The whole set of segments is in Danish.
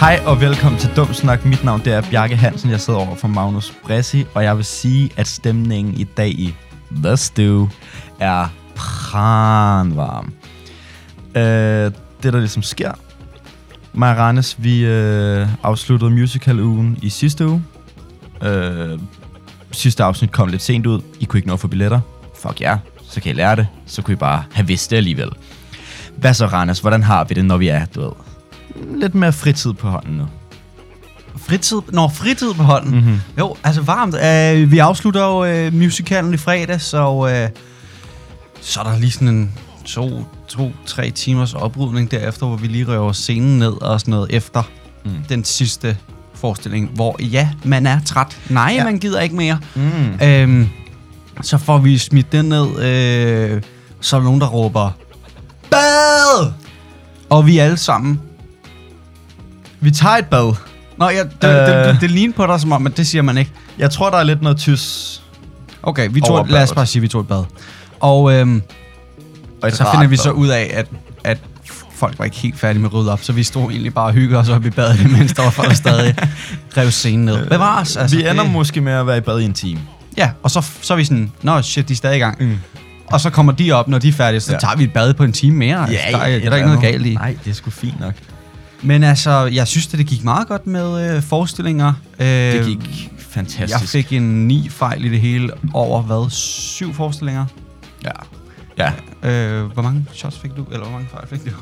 Hej og velkommen til Dum Snak. Mit navn det er Bjarke Hansen. Jeg sidder over for Magnus Bressi, og jeg vil sige, at stemningen i dag i The Stew er pranvarm. Det der ligesom sker, mig og Rannes, vi afsluttede musical-ugen i sidste uge. Sidste afsnit kom lidt sent ud. I kunne ikke nå at få billetter. Fuck ja, så kan I lære det. Så kunne I bare have vidst det alligevel. Hvad så, Rannes? Hvordan har vi det, når vi er, du ved, lidt mere fritid på hånden nu? Fritid på hånden? Mm-hmm. Jo, altså varmt. Vi afslutter jo musicalen i fredag, så er der lige sådan en 2-3 timers oprydning derefter, hvor vi lige røver scenen ned og sådan noget efter den sidste forestilling, hvor ja, man er træt. Nej, man gider ikke mere. Så får vi smidt den ned, så er der nogen, der råber bad! Og vi alle sammen, vi tager et bad. Nå, det ligner på dig som om, men det siger man ikke. Jeg tror, der er lidt noget tys. Okay, lad os bare sige, vi tog et bad. Og så finder vi så ud af, at folk var ikke helt færdige med at rydde op, så vi stod egentlig bare og hyggede os op i badet, mens der var folk stadig rev scenen ned. Bevares. Altså, vi ender måske med at være i bad i en time. Ja, og så er vi sådan, nå shit, de er stadig i gang. Og så kommer de op, når de er færdige, så tager vi et bad på en time mere. Ja, der er ikke noget galt i. Nej, det er sgu fint nok. Men altså, jeg synes, det gik meget godt med forestillinger. Det gik fantastisk. Jeg fik en 9 fejl i det hele over, 7 forestillinger? Ja. Hvor mange shots fik du, eller hvor mange fejl fik du?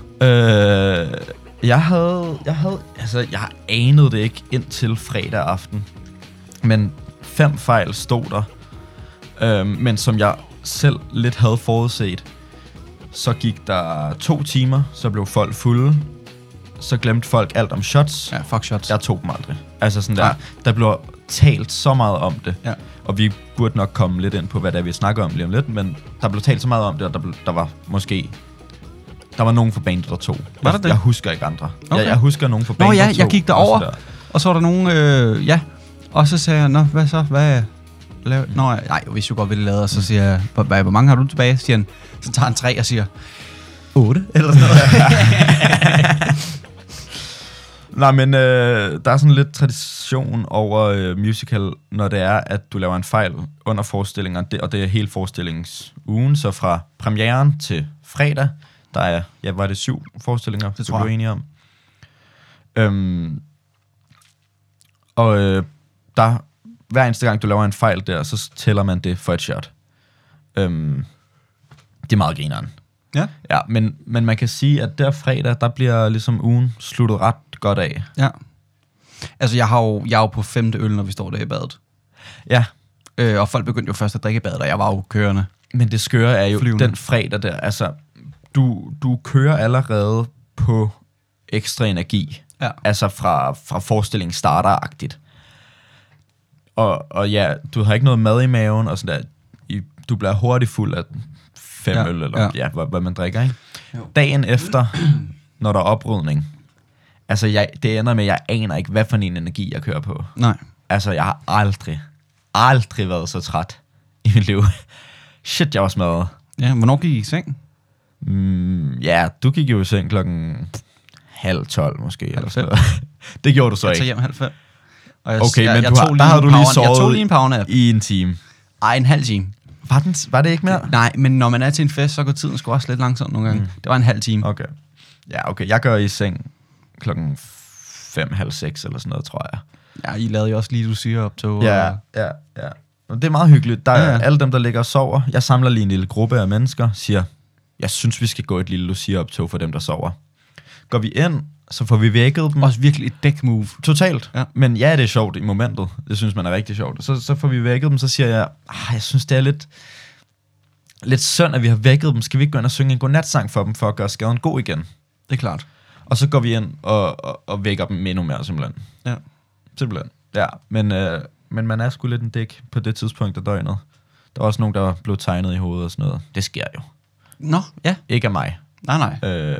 Jeg anede det ikke indtil fredag aften. Men 5 fejl stod der. Men som jeg selv lidt havde forudset, så gik der 2 timer, så blev folk fulde. Så glemte folk alt om shots. Ja, fuck shots. Jeg tog dem aldrig. Altså sådan der blev talt så meget om det. Ja. Og vi burde nok komme lidt ind på, hvad det er, vi snakker om lige om lidt. Men der blev talt så meget om det, og der var måske... Der var nogen fra bandet, der tog. Var det? Jeg husker ikke andre. Okay. Jeg husker nogen fra bandet, der tog. Jeg gik derover, og så var der nogen... Og så sagde jeg, nå, hvad så? Hvad laver... Nå, nej, hvis du godt ville lade, så siger jeg, hvor mange har du tilbage? Siger han, så tager han 3 og siger, 8, eller sådan noget. Nej, men der er sådan lidt tradition over musical, når det er, at du laver en fejl under forestillingen, og det er hele forestillingsugen, så fra premieren til fredag, der er, var det 7 forestillinger, det tror jeg, du er enige om. Der, hver eneste gang, du laver en fejl der, så tæller man det for et shot. Det er meget grineren. Ja, men man kan sige, at der fredag, der bliver ligesom ugen sluttet ret godt af. Ja. Altså, jeg er jo på 5. øl, når vi står der i badet. Ja. Og folk begyndte jo først at drikke i badet, og jeg var jo kørende. Men det skøre er jo den fredag der. Altså, du kører allerede på ekstra energi. Ja. Altså fra forestillingen starter-agtigt. Og ja, du har ikke noget mad i maven, og sådan der. Du bliver hurtigt fuld af 5 øl, eller hvad man drikker, ikke? Jo. Dagen efter, når der er oprydning, altså det ender med, at jeg aner ikke, hvad for en energi jeg kører på. Nej. Altså, jeg har aldrig været så træt i mit liv. Shit, jeg var smadret. Ja, hvornår gik I i seng? Du gik jo i seng 11:30 måske. Eller sådan noget. Det gjorde du så ikke. Jeg tager hjem 4:30. Okay, men der havde du lige sovet jeg tog lige en powernap. I en time. Ej, en halv time. Var det ikke mere? Nej, men når man er til en fest, så går tiden sgu også lidt langsomt nogle gange. Det var en halv time. Okay. Ja, okay. Jeg går i seng 5:30 eller sådan noget, tror jeg. Ja, I lavede jo også lige lucia-optog. Ja. Det er meget hyggeligt. Der er alle dem, der ligger og sover. Jeg samler lige en lille gruppe af mennesker, siger, jeg synes, vi skal gå et lille lucia-optog for dem, der sover. Går vi ind, så får vi vækket dem. Også virkelig et dæk-move. Totalt. Ja. Men ja, det er sjovt i momentet. Det synes man er rigtig sjovt. Så får vi vækket dem, så siger jeg, jeg synes, det er lidt synd, at vi har vækket dem. Skal vi ikke gå ind og synge en godnatsang for dem, for at gøre skaden god igen? Det er klart. Og så går vi ind og vækker dem endnu mere, simpelthen. Ja. Simpelthen. Ja, men man er sgu lidt en dæk på det tidspunkt af døgnet. Der var også nogen, der blev tegnet i hovedet og sådan noget. Det sker jo. Nå, ja. Ikke af mig. Nej.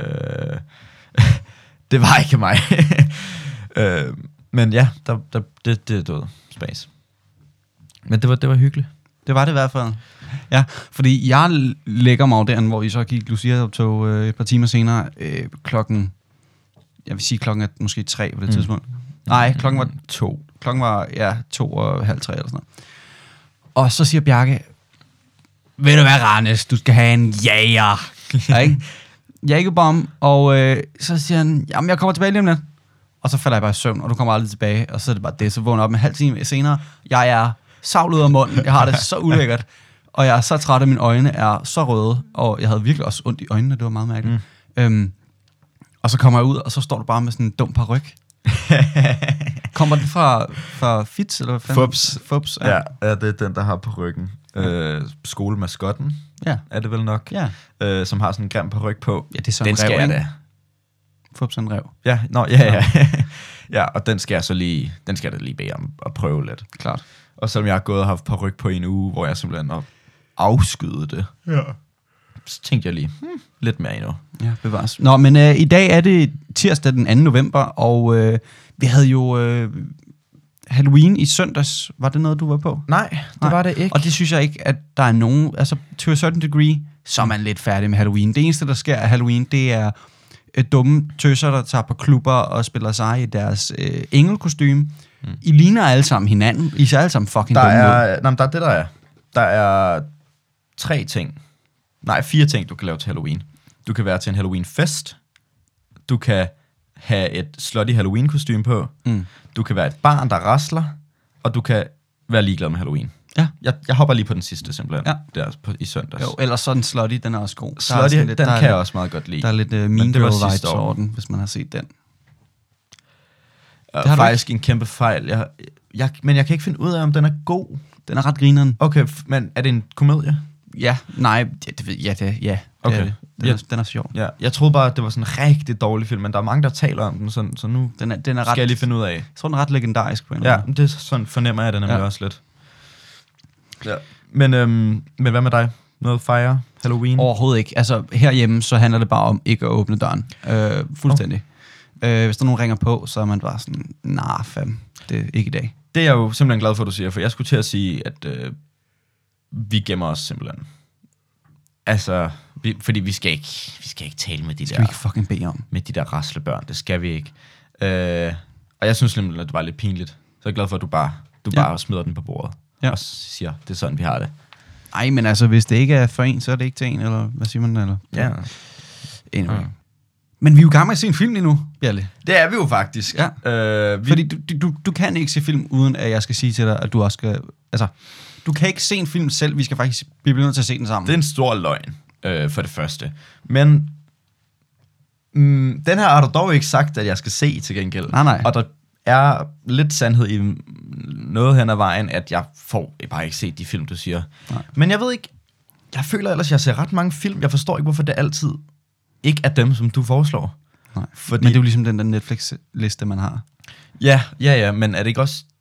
Det var ikke mig. Men ja, det døde spas. Men det var hyggeligt. Det var det i hvert fald. Ja, fordi jeg lægger mig der, hvor I så gik Lucia-optog et par timer senere, klokken jeg vil sige, klokken er måske 3 på det tidspunkt. Nej, klokken var 2. Klokken var, 2:30 eller sådan noget. Og så siger Bjarke, ved du hvad, Rannes, du skal have en jager. Ja, ikke? Jagerbomb, og så siger han, jamen jeg kommer tilbage lige om lidt. Og så falder jeg bare i søvn, og du kommer aldrig tilbage. Og så er det bare det, så vågner jeg op en halv time senere. Jeg er savlet ud af munden, jeg har det så ulækkert. Og jeg er så træt, at mine øjne er så røde. Og jeg havde virkelig også ondt i øjnene, det var meget mærkeligt. Og så kommer jeg ud, og så står du bare med sådan en dum paryk. Kommer den fra Fitz, eller hvad fanden? Fubs, ja. Ja, det er den, der har på ryggen. Skolemaskotten, er det vel nok, som har sådan en grim paryk på. Ja, det er sådan en rev, ikke? Fubs en rev. Ja, ja, og den skal jeg så lige, den skal jeg da lige bede om at prøve lidt. Klart. Og selvom jeg har gået og haft paryk på i en uge, hvor jeg simpelthen har afskyet det, så tænkte jeg lige, lidt mere endnu. Ja, bevares. Nå, men i dag er det tirsdag den 2. november, og vi havde jo Halloween i søndags. Var det noget, du var på? Nej, det var det ikke. Og det synes jeg ikke, at der er nogen, altså to a certain degree, så er man lidt færdig med Halloween. Det eneste, der sker af Halloween, det er dumme tøser, der tager på klubber og spiller sig i deres engelkostyme. I ligner alle sammen hinanden. I ser alle sammen fucking dumme ud. Der er det, der er. Der er 4 ting, du kan lave til Halloween. Du kan være til en Halloween-fest. Du kan have et slutty Halloween-kostyme på. Du kan være et barn, der rasler. Og du kan være ligeglad med Halloween. Ja. Jeg hopper lige på den sidste, simpelthen. Ja. Der i søndags. Jo, ellers sådan Slutty, den er også god. Slutty, den kan jeg også meget godt lide. Der er lidt Mean Girl vibes over den, hvis man har set den. Det har faktisk en kæmpe fejl. Men jeg kan ikke finde ud af, om den er god. Den er ret grineren. Okay, men er det en komedie? Ja, nej, det ved jeg, ja. Okay. Den er sjov. Ja, jeg troede bare, at det var sådan en rigtig dårlig film, men der er mange, der taler om den, så nu den er skal ret, jeg lige finde ud af. Jeg tror, den er ret legendarisk på en eller anden. Ja, det er sådan fornemmer jeg det nemlig også lidt. Ja. Men hvad med dig? Noget fire Halloween? Overhovedet ikke. Altså, herhjemme, så handler det bare om ikke at åbne døren. Fuldstændig. Hvis der nogen ringer på, så er man bare sådan, fam, det er ikke i dag. Det er jeg jo simpelthen glad for, at du siger, for jeg skulle til at sige, at vi gemmer os simpelthen. Altså, fordi vi skal ikke tale med de der... Skal vi ikke fucking bede om? Med de der raslebørn, det skal vi ikke. Og jeg synes simpelthen, at det var lidt pinligt. Så jeg er glad for, at du bare smider den på bordet. Ja. Og siger, det er sådan, vi har det. Ej, men altså, hvis det ikke er for en, så er det ikke til en, eller hvad siger man? Eller? Ja. Anyway. Men vi er jo i gang med at se en film lige nu, Bjarle. Det er vi jo faktisk. Ja. Fordi du kan ikke se film, uden at jeg skal sige til dig, at du også skal... Altså, du kan ikke se en film selv, vi skal faktisk blive nødt til at se den sammen. Det er en stor løgn, for det første. Men den her har du dog ikke sagt, at jeg skal se til gengæld. Nej. Og der er lidt sandhed i noget hen ad vejen, at jeg får bare ikke set de film, du siger. Nej. Men jeg ved ikke, jeg føler ellers, at jeg ser ret mange film. Jeg forstår ikke, hvorfor det altid ikke er dem, som du foreslår. Nej. Fordi... Men det er jo ligesom den der Netflix-liste, man har. Ja, men er det ikke også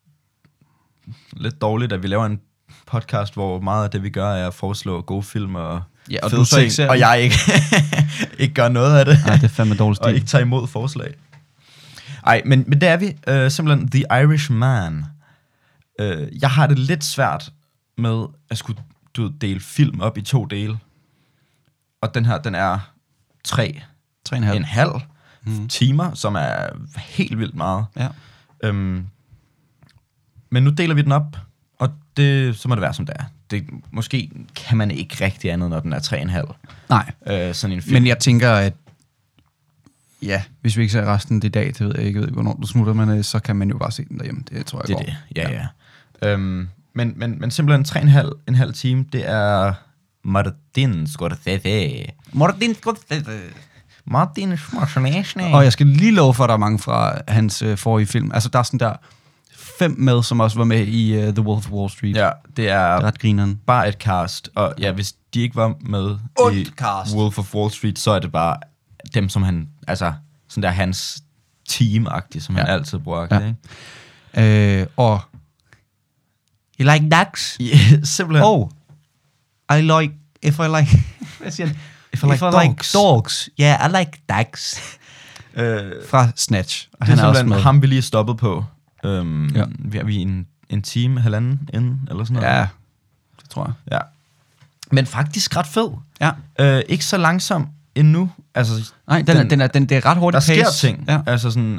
lidt dårligt, at vi laver en podcast, hvor meget af det, vi gør, er at foreslå gode film og og fede ting, og jeg ikke gør noget af det. Nej, det er fandme dårligt stil. Og ikke tager imod forslag. Ej, men der er vi simpelthen The Irishman. Jeg har det lidt svært med at skulle dele film op i 2 dele. Og den her, den er 3,5 timer, som er helt vildt meget. Ja. Men nu deler vi den op, og så må det være, som det er. Måske kan man ikke rigtig andet, når den er 3,5. Nej, sådan en film. Men jeg tænker, at hvis vi ikke ser resten i dag, det ved jeg ikke, hvornår du smutter, men så kan man jo bare se den derhjemme. Det tror jeg det går. Ja. Men simpelthen 3,5 time, det er Martin Scorsese. Martin Scorsese. Og jeg skal lige love for, at der er mange fra hans forrige film. Altså, der er sådan der 5 med, som også var med i The Wolf of Wall Street. Ja, det er ret grineren. Bare et cast. Og ja, hvis de ikke var med i Wolf of Wall Street, så er det bare dem, som han, altså sådan der hans team-agtigt, som han altid bruger. Ikke? Og you like ducks? Yeah, simpelthen. I like, if I like, hvad siger han? If I like dogs. Yeah, I like ducks. Fra Snatch. Og det er simpelthen ham, vi lige stoppet på. Vi er en time, halvanden inden, eller sådan noget. Ja, det tror jeg. Ja. Men faktisk ret fed. Ja. Ikke så langsom. endnu. Altså, Nej, det er ret hurtigt der pace. sker ting. Ja. Altså sådan,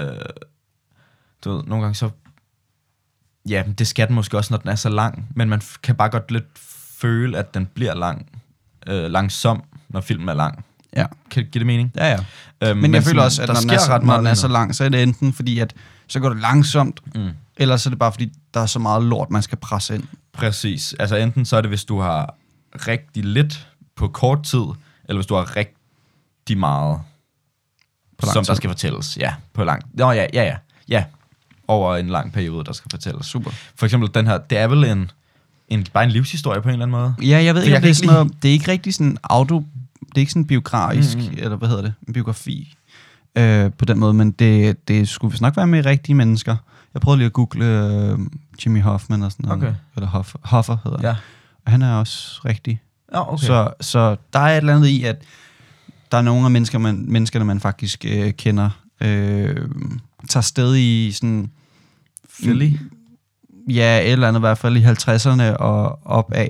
du ved, nogle gange så, ja, det skal den måske også, når den er så lang, men man kan bare godt lidt føle, at den bliver langsom, når filmen er lang. Ja. Kan det give det mening? Ja. Men jeg føler også, at når den er så lang, så er det enten fordi, at så går det langsomt, eller så er det bare fordi, der er så meget lort, man skal presse ind. Præcis. Altså enten så er det, hvis du har rigtig lidt på kort tid, eller hvis du har rigtig meget, som der skal fortælles. Ja, på lang. Nå ja. Over en lang periode, der skal fortælles. Super. For eksempel den her, det er vel bare en livshistorie på en eller anden måde. Ja, jeg ved ikke, det er sådan noget, det er ikke rigtig sådan det er ikke sådan biografisk, eller hvad hedder det, en biografi på den måde, men det skulle vist nok være med rigtige mennesker. Jeg prøvede lige at google Jimmy Hoffman og sådan noget. Okay. Eller Hoffer hedder han. Ja. Og han er også rigtig. Ja, okay. Så der er et eller andet i, at der er nogle af menneskerne, man faktisk kender, tager sted i sådan... Philly? Ja, et eller andet i hvert fald i 50'erne og opad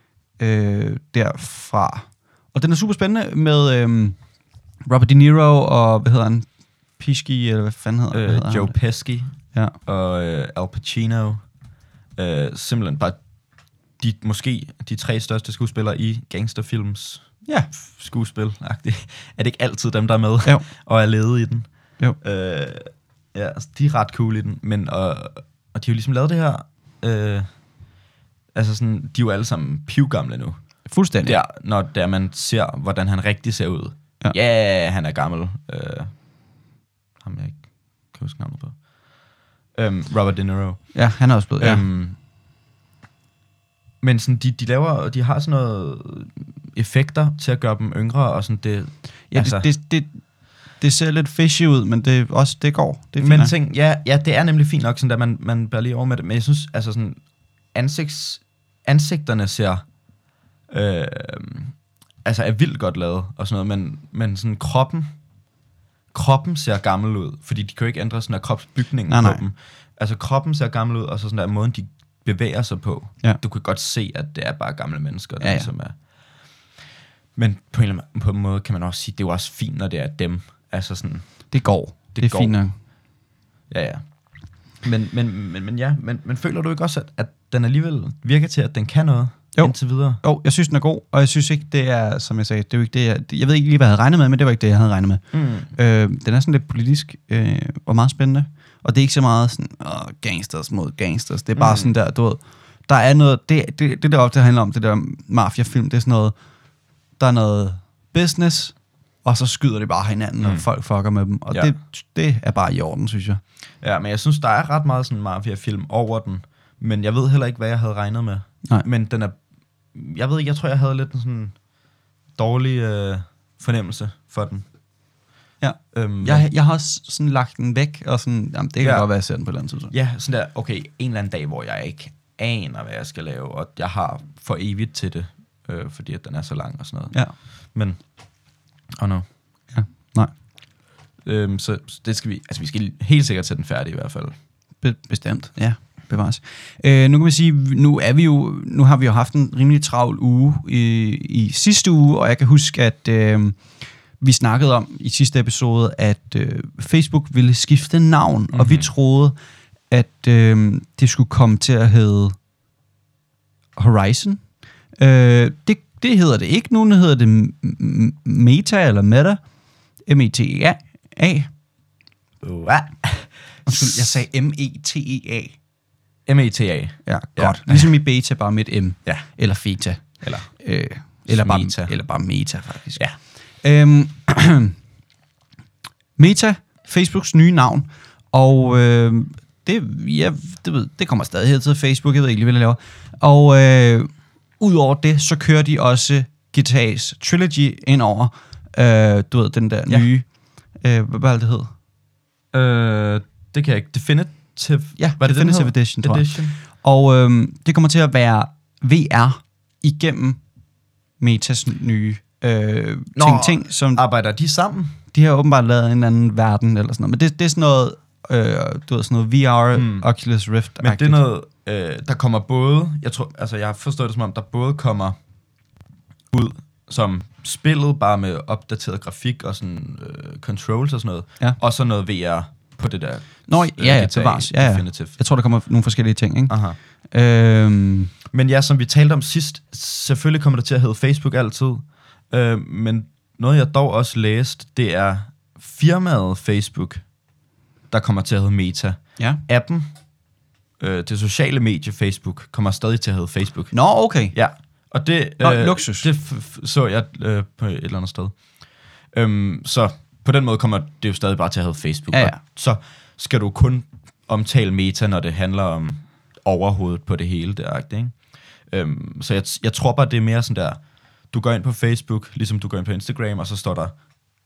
derfra. Og den er super spændende med Robert De Niro og, hvad hedder han? Pesci, eller hvad fanden hedder Joe Pesci. Ja. Og Al Pacino. Simpelthen bare måske de 3 største skuespillere i gangsterfilms skuespil. Er det ikke altid dem, der er med jo. Og er ledet i den? Jo. Ja, altså, de er ret cool i den, men og de har jo ligesom lavet det her, altså sådan, de er jo alle sammen pivgamle nu. Fuldstændig. Ja, når man ser, hvordan han rigtig ser ud. Ja, han er gammel. Ham jeg ikke kan huske navnet på. Robert De Niro. Ja, han er også blevet, men sådan, de har sådan noget effekter til at gøre dem yngre, og sådan det... Ja, altså, det ser lidt fishy ud, men det går. Det er fint. Men ting, ja, det er nemlig fint nok, sådan at man bærer lige over med det. Men jeg synes, altså sådan, ansigterne ser... altså er vildt godt lavet og sådan noget, men sådan kroppen ser gammel ud, fordi de kan jo ikke ændre sådan der kropsbygningen på dem. Altså kroppen ser gammel ud, og så sådan der måden, de bevæger sig på. Ja. Du kan godt se, at det er bare gamle mennesker, der ligesom er... Men på en måde kan man også sige, det er jo også fint, når det er dem. Altså sådan... Det går. Det er fint nok. Ja. Men føler du ikke også, at den alligevel virker til, at den kan noget indtil videre? Jo, jeg synes, den er god, og jeg synes ikke, det er, som jeg sagde, det er jo ikke det, jeg ved ikke lige, hvad jeg havde regnet med, men det var ikke det, jeg havde regnet med. Den er sådan lidt politisk og meget spændende, og det er ikke så meget sådan, gangsters mod gangsters, det er bare sådan der, du ved, der er noget, det der ofte handler om, det der mafiafilm, det er sådan noget, der er noget business, og så skyder de bare hinanden, og folk fucker med dem, og det er bare i orden, synes jeg. Ja, men jeg synes, der er ret meget sådan mafia-film over den, men jeg ved heller ikke, hvad jeg havde regnet med. Nej. Men den er, jeg ved ikke, jeg tror, jeg havde lidt en sådan dårlig fornemmelse for den. Ja, jeg har også sådan lagt den væk, og sådan, jamen, det kan godt være, at jeg ser den på et eller andet tidspunkt. Ja, sådan der, okay, en eller anden dag, hvor jeg ikke aner, hvad jeg skal lave, og jeg har for evigt til det, fordi at den er så lang og sådan noget. Ja. Men, no. Ja, nej. Så det skal vi skal helt sikkert sætte den færdig i hvert fald. Bestemt, ja. Bevares. Nu kan vi sige, nu har vi jo haft en rimelig travl uge i sidste uge, og jeg kan huske, at vi snakkede om i sidste episode, at Facebook ville skifte navn, og vi troede, at det skulle komme til at hedde Horizon. Det hedder det ikke. Nu hedder det Meta eller Meta. M-E-T-E-A. Undskyld, jeg sagde M-E-T-E-A. M-E-T-A. Ja, godt. Ligesom i beta, bare med et M. Ja. Eller feta. Eller bare meta, faktisk. Ja. Meta, Facebooks nye navn. Og det kommer stadig her til Facebook, jeg ved ikke lige, hvad jeg laver. Og udover det, så kører de også GTA's Trilogy ind over. Du ved, den der nye... hvad det hed? Det kan jeg ikke. Definitive... Ja, Definitive Edition, tror jeg. Og det kommer til at være VR igennem Metas nye ting. Som arbejder de sammen? De har åbenbart lavet en eller anden verden eller sådan noget. Men det er sådan noget, du ved, sådan noget VR, Oculus Rift. Men det er noget, der kommer både... Jeg har forstået det som om, der både kommer ud som spillet, bare med opdateret grafik og sådan controls og sådan noget. Ja. Og så noget VR på det der. Bevares. Ja. Definitive. Jeg tror, der kommer nogle forskellige ting, ikke? Aha. Men ja, som vi talte om sidst, selvfølgelig kommer det til at hedde Facebook altid. Men noget, jeg dog også læste, det er firmaet Facebook, der kommer til at hedde Meta. Ja. Appen, det sociale medie Facebook, kommer stadig til at hedde Facebook. Nå, okay. Ja, og det, luksus. Det så jeg på et eller andet sted. Så på den måde kommer det jo stadig bare til at hedde Facebook. Ja. Så skal du kun omtale Meta, når det handler om overhovedet på det hele, der, ikke? Så jeg tror bare, det er mere sådan der, du går ind på Facebook, ligesom du går ind på Instagram, og så står der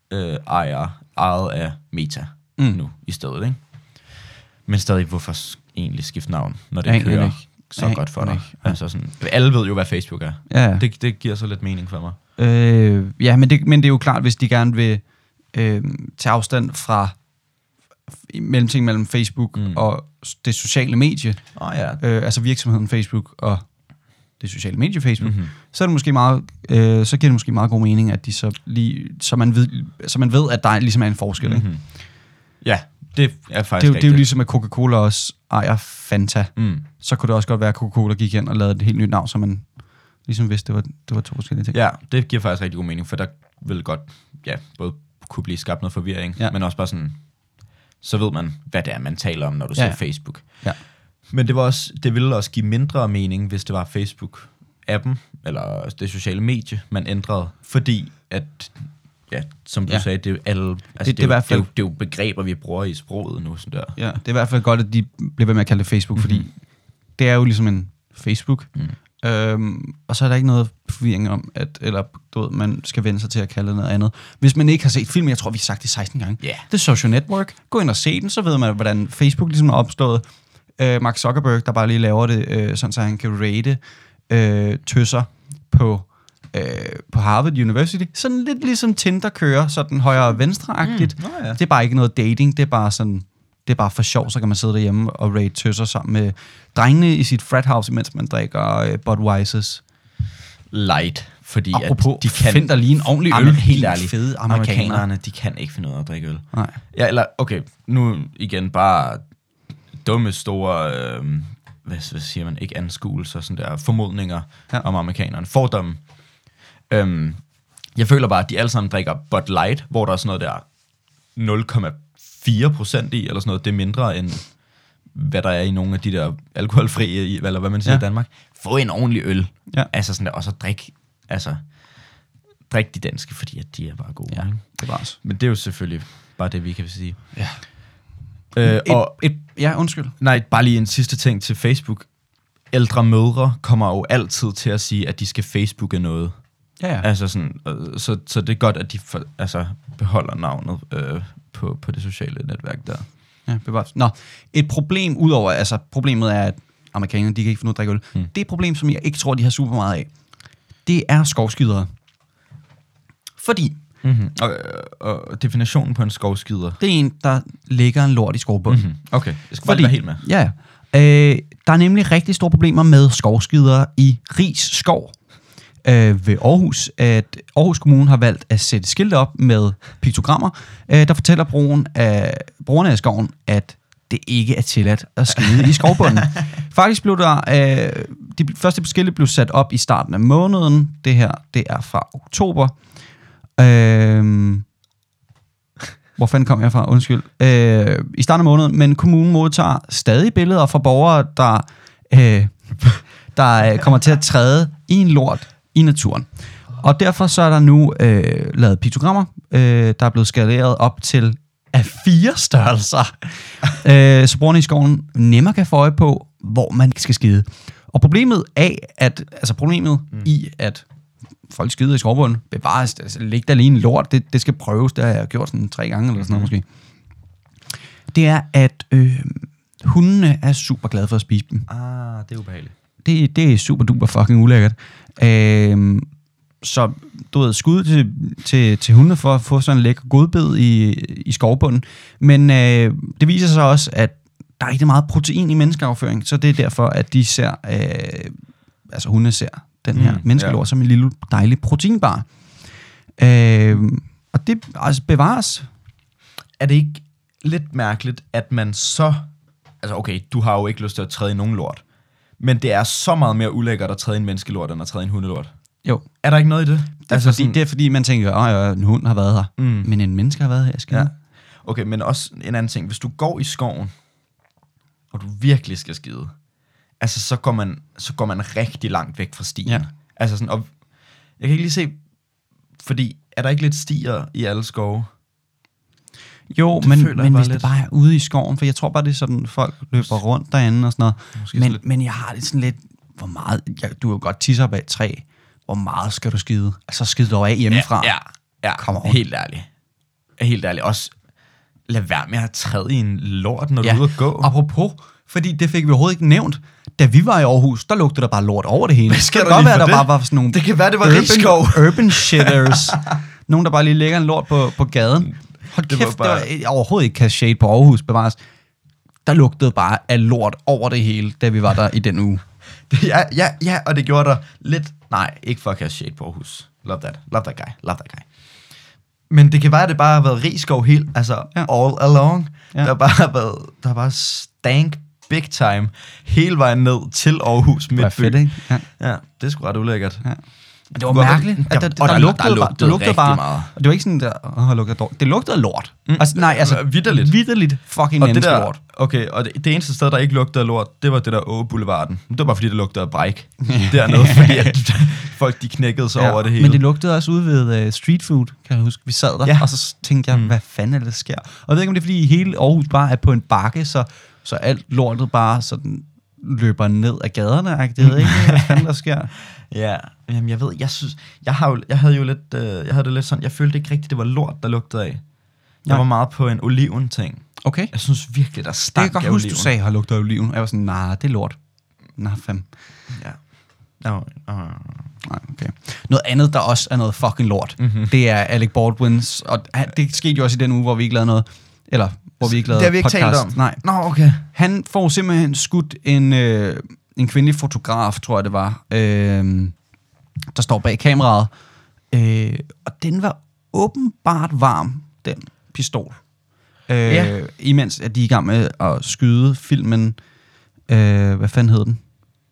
ejet af Meta nu i stedet, ikke? Men stadig, hvorfor egentlig skifte navn, når det kører så godt for dig? Altså sådan, alle ved jo, hvad Facebook er. Ja. Det giver så lidt mening for mig. Ja, men det er jo klart, hvis de gerne vil tage afstand fra mellemting mellem Facebook og det sociale medie, altså virksomheden Facebook og det sociale medie Facebook, så er det måske meget, så giver det måske meget god mening, at de så man ved, at der ligesom er en forskel. Ikke? Ja, det er faktisk det er jo ligesom, at Coca-Cola også ejer Fanta. Så kunne det også godt være, at Coca-Cola gik hen og lavede et helt nyt navn, så man ligesom vidste, det var to forskellige ting. Ja, det giver faktisk rigtig god mening, for der vil godt både kunne blive skabt noget forvirring, men også bare sådan, så ved man, hvad det er, man taler om, når du siger Facebook. Ja. Men det ville også give mindre mening, hvis det var Facebook-appen, eller det sociale medie, man ændrede, fordi at, som du sagde, det er alle, altså det er jo begreber, vi bruger i sproget nu. Sådan der. Ja, det er i hvert fald godt, at de bliver ved med at kalde det Facebook, fordi det er jo ligesom en Facebook, og så er der ikke noget forvirring om, man skal vende sig til at kalde det noget andet. Hvis man ikke har set filmen, jeg tror, vi har sagt det 16 gange, det er Social Network, gå ind og se den, så ved man, hvordan Facebook ligesom er opstået. Mark Zuckerberg, der bare lige laver det, sådan så han kan rate tøsser på Harvard University. Sådan lidt ligesom Tinder kører, sådan højre og venstre-agtigt. Det er bare ikke noget dating, det er bare sådan, det er bare for sjov, så kan man sidde derhjemme og rate tøsser sammen med drengene i sit frat house, mens man drikker Budweisers. Light, fordi apropos, at de kan... find der lige en ordentlig øl. Helt ærligt, fede amerikanerne, de kan ikke finde ud af at drikke øl. Nej. Ja, eller, okay, nu igen bare dumme, store, hvad siger man, ikke anskuelser, sådan der formodninger om amerikanerne. Fordomme. Jeg føler bare, at de alle sammen drikker Bud Light, hvor der er sådan noget der 0,4% i, eller sådan noget. Det er mindre end, hvad der er i nogle af de der alkoholfrie, eller hvad man siger i Danmark. Få en ordentlig øl. Ja. Altså sådan der, og så drik de danske, fordi at de er bare gode. Ja, ikke? det er bare. Men det er jo selvfølgelig bare det, vi kan sige. Ja. Undskyld. Nej, bare lige en sidste ting til Facebook. Ældre mødre kommer jo altid til at sige, at de skal Facebooke noget. Ja. Altså sådan, så det er godt, at de beholder navnet på det sociale netværk der. Ja, bevares. Nå, et problem udover, altså problemet er, at amerikanerne, de kan ikke finde ud af at drikke øl. Det er et problem, som jeg ikke tror, de har super meget af. Det er skovskydere. Fordi... Og definitionen på en skovskider? Det er en, der lægger en lort i skovbunden. Okay, jeg skal bare være helt med. Ja, der er nemlig rigtig store problemer med skovskydere i Riis Skov ved Aarhus. At Aarhus Kommune har valgt at sætte skilte op med piktogrammer, der fortæller brugerne af skoven, at det ikke er tilladt at skide i skovbunden. Faktisk blev der... de første skilte blev sat op i starten af måneden. Det her, det er fra oktober. Hvor fanden kom jeg fra? Undskyld. I starten af måneden, men kommunen modtager stadig billeder fra borgere, der kommer til at træde i en lort i naturen. Og derfor så er der nu lavet piktogrammer, der er blevet skaleret op til A4 størrelser, så brugerne i skoven nemmere kan få øje på, hvor man skal skide. Og problemet i, at folk skider i skovbunden, bevares, altså, læg der lige en lort, det skal prøves, det har jeg gjort sådan 3 gange, eller sådan noget måske. Det er, at hundene er super glade for at spise dem. Det er ubehageligt. Det er super duper fucking ulækkert. Så du ved, skud til hundene for at få sådan en lækker godbid i skovbunden. Men det viser sig også, at der er rigtig meget protein i menneskeafføring, så det er derfor, at de ser, hundene ser den her menneskelort, som en lille dejlig proteinbar. Og det altså bevares. Er det ikke lidt mærkeligt, at man så... Altså okay, du har jo ikke lyst til at træde i nogen lort. Men det er så meget mere ulækkert at træde i en menneskelort, end at træde i en hundelort. Jo. Er der ikke noget i det? Det er fordi, man tænker, en hund har været her. Men en menneske har været her, skal jeg. Okay, men også en anden ting. Hvis du går i skoven, og du virkelig skal skide, altså så går man rigtig langt væk fra stien. Ja. Altså sådan, og jeg kan ikke lige se, fordi er der ikke lidt stier i alle skove? Jo, men hvis det bare er ude i skoven, for jeg tror bare, det er sådan, folk løber rundt derinde og sådan noget. Men jeg har det sådan lidt, hvor meget, du er jo godt tisse op af et træ, hvor meget skal du skide? Altså skide dog af hjemmefra. Ja. Helt ærligt. Også lad være med at træde i en lort, når du er ude at gå. Apropos, fordi det fik vi overhovedet ikke nævnt. Da vi var i Aarhus, der lugtede der bare lort over det hele. Hvad skal det kan godt være, der bare var sådan nogle... Det kan være, det var Rigskov. Urban shitters. Nogen, der bare lige lægger en lort på gaden. Hold kæft, det var overhovedet ikke cast shade på Aarhus, bevares. Der lugtede bare af lort over det hele, da vi var der i den uge. Ja, og det gjorde der lidt... Nej, ikke for at cast shade på Aarhus. Love that guy. Men det kan være, at det bare har været Rigskov helt, altså all along. Ja. Der har bare stank big time hele vejen ned til Aarhus midtby. Det var fedt, ikke? Ja, det er sgu ret ulækkert. Ja. Det var mærkeligt, at der lugtede rigtig bare, meget. Og det var ikke sådan, der lugtede dårligt. Det lugtede lort. Vitterligt fucking menneskelort. Okay, og det eneste sted, der ikke lugtede af lort, det var det der Åge Boulevarden. Det var bare fordi, det lugtede af bræk dernede, fordi at folk de knækkede sig over det hele. Men det lugtede også ude ved street food, kan jeg huske. Vi sad der, og så tænkte jeg, hvad fanden er det, der sker? Og jeg ved ikke, om det er, fordi hele Aarhus bare er på en bakke, så alt lortet bare sådan løber ned ad gaderne. Jeg ved ikke, hvad fanden der sker. Ja, jamen jeg ved, jeg havde det lidt sådan, jeg følte ikke rigtigt, det var lort, der lugtede af. Jeg var meget på en oliven-ting. Okay. Jeg synes virkelig, der stank af oliven. Det kan jeg godt huske, du sagde, har lugtet af oliven. Jeg var sådan, nej, det er lort. Nej, fem. Ja. Nej, okay. Noget andet, der også er noget fucking lort, det er Alec Baldwins, og det skete jo også i den uge, hvor vi ikke lavede noget, eller hvor vi ikke lavede podcast. Det har vi ikke talt om. Nej. Nå, okay. Han får simpelthen skudt en kvindelig fotograf, tror jeg det var, der står bag kameraet, og den var åbenbart varm, den pistol. Imens at de er i gang med at skyde filmen, hvad fanden hed den?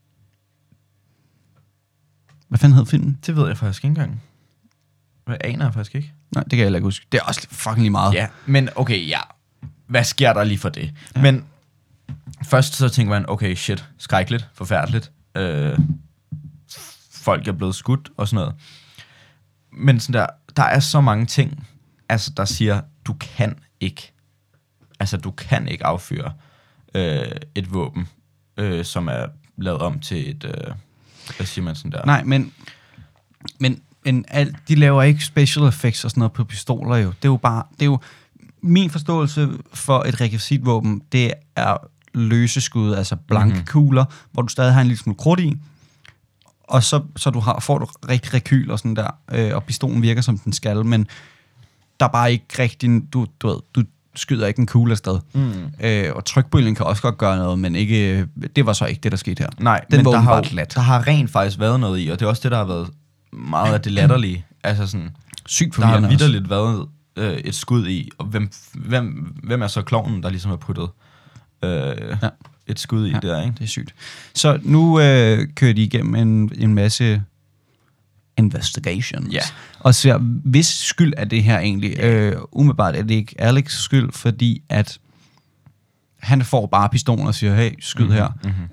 Hvad fanden hed filmen? Det ved jeg faktisk ikke engang. Hvad aner jeg faktisk ikke? Nej, det kan jeg heller ikke huske. Det er også fucking lige meget. Ja, men okay, ja. Hvad sker der lige for det? Ja. Men først så tænker man, okay, shit, skrækkeligt, forfærdeligt. Folk er blevet skudt og sådan noget. Men sådan der er så mange ting, altså der siger, du kan ikke affyre et våben, som er lavet om til et, hvad siger man sådan der? Nej, men de laver ikke special effects og sådan noget på pistoler jo. Det er jo min forståelse for et rekvisitvåben, det er løse skud, altså blanke kugler, hvor du stadig har en lille smule krudt i, og så får du rigtig rekyl og sådan der, og pistolen virker som den skal, men der er bare ikke rigtig, du skyder ikke en kugle afsted. Og trykbølgen kan også godt gøre noget, men ikke, det var så ikke det, der skete her. Nej, den men der har rent faktisk været noget i, og det er også det, der har været meget af det latterlige. Altså sådan, sygt forvirrende. Der har vitterligt været et skud i, og hvem er så klovnen, der ligesom har puttet et skud i der, ikke? Det er sygt. Så nu kører de igennem en masse investigations. Og ser, hvis skyld er det her egentlig? Umiddelbart er det ikke Alex' skyld, fordi at han får bare pistolen og siger, hey, skyd her.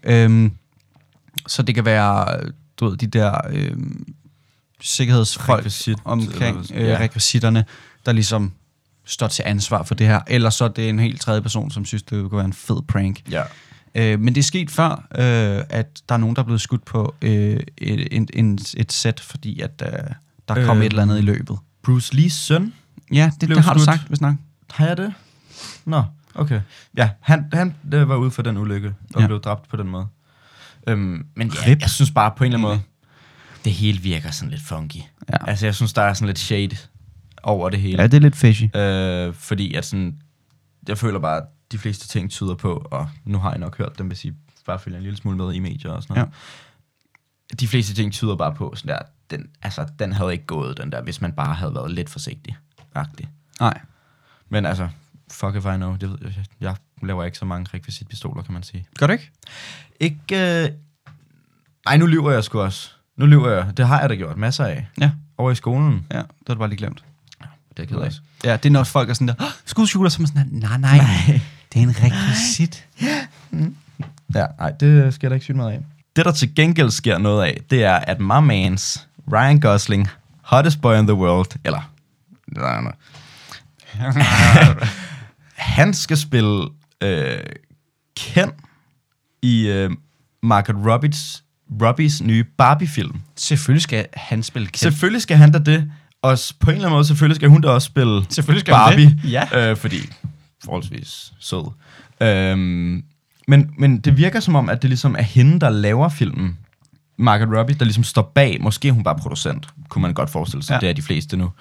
Så det kan være, du ved, de der sikkerhedsfolk omkring rekvisitterne, der ligesom står til ansvar for det her. Eller så er det en helt tredje person, som synes, det kunne være en fed prank. Ja. Men det er sket før, at der er nogen, der er blevet skudt på et sæt, fordi at der kom et eller andet i løbet. Bruce Lees søn? Ja, det har du sagt, hvis nok. Har jeg det? Nå, okay. Ja, han var ude for den ulykke, og blev dræbt på den måde. Men ja, jeg synes bare på en eller anden måde, det hele virker sådan lidt funky. Ja. Altså, jeg synes, der er sådan lidt shade over det hele. Ja, det er lidt fishy. Fordi at sådan, jeg føler bare, at de fleste ting tyder på, og nu har jeg nok hørt dem, hvis I bare følger en lille smule med i medier og sådan noget. de fleste ting tyder bare på, sådan der, den havde ikke gået, den der, hvis man bare havde været lidt forsigtig-agtig. Nej. Men altså, fuck if I know, det ved jeg laver ikke så mange rekvisitpistoler, kan man sige. Gør du ikke? Ikke, ej, nu lyver jeg sgu også. Nu lyver jeg, det har jeg da gjort masser af. Ja. Over i skolen. Ja, det har du bare lige glemt. Ja, det er ked af. Ja, det er når folk er sådan der, skudskjuler, som er sådan der, nej, det er en rekvisit. Ja, nej, det sker der ikke sygt meget af. Det, der til gengæld sker noget af, det er, at my mans, Ryan Gosling, hottest boy in the world, eller, nej. Han skal spille Ken i Margot Robbies nye Barbie-film. Selvfølgelig skal han spille Ken. Selvfølgelig skal han da det, og på en eller anden måde, selvfølgelig skal hun da også spille Barbie. Ja. Fordi forholdsvis sød. Men det virker som om, at det ligesom er hende, der laver filmen. Margot Robbie, der ligesom står bag. Måske er hun bare producent, kunne man godt forestille sig. Ja. Det er de fleste nu.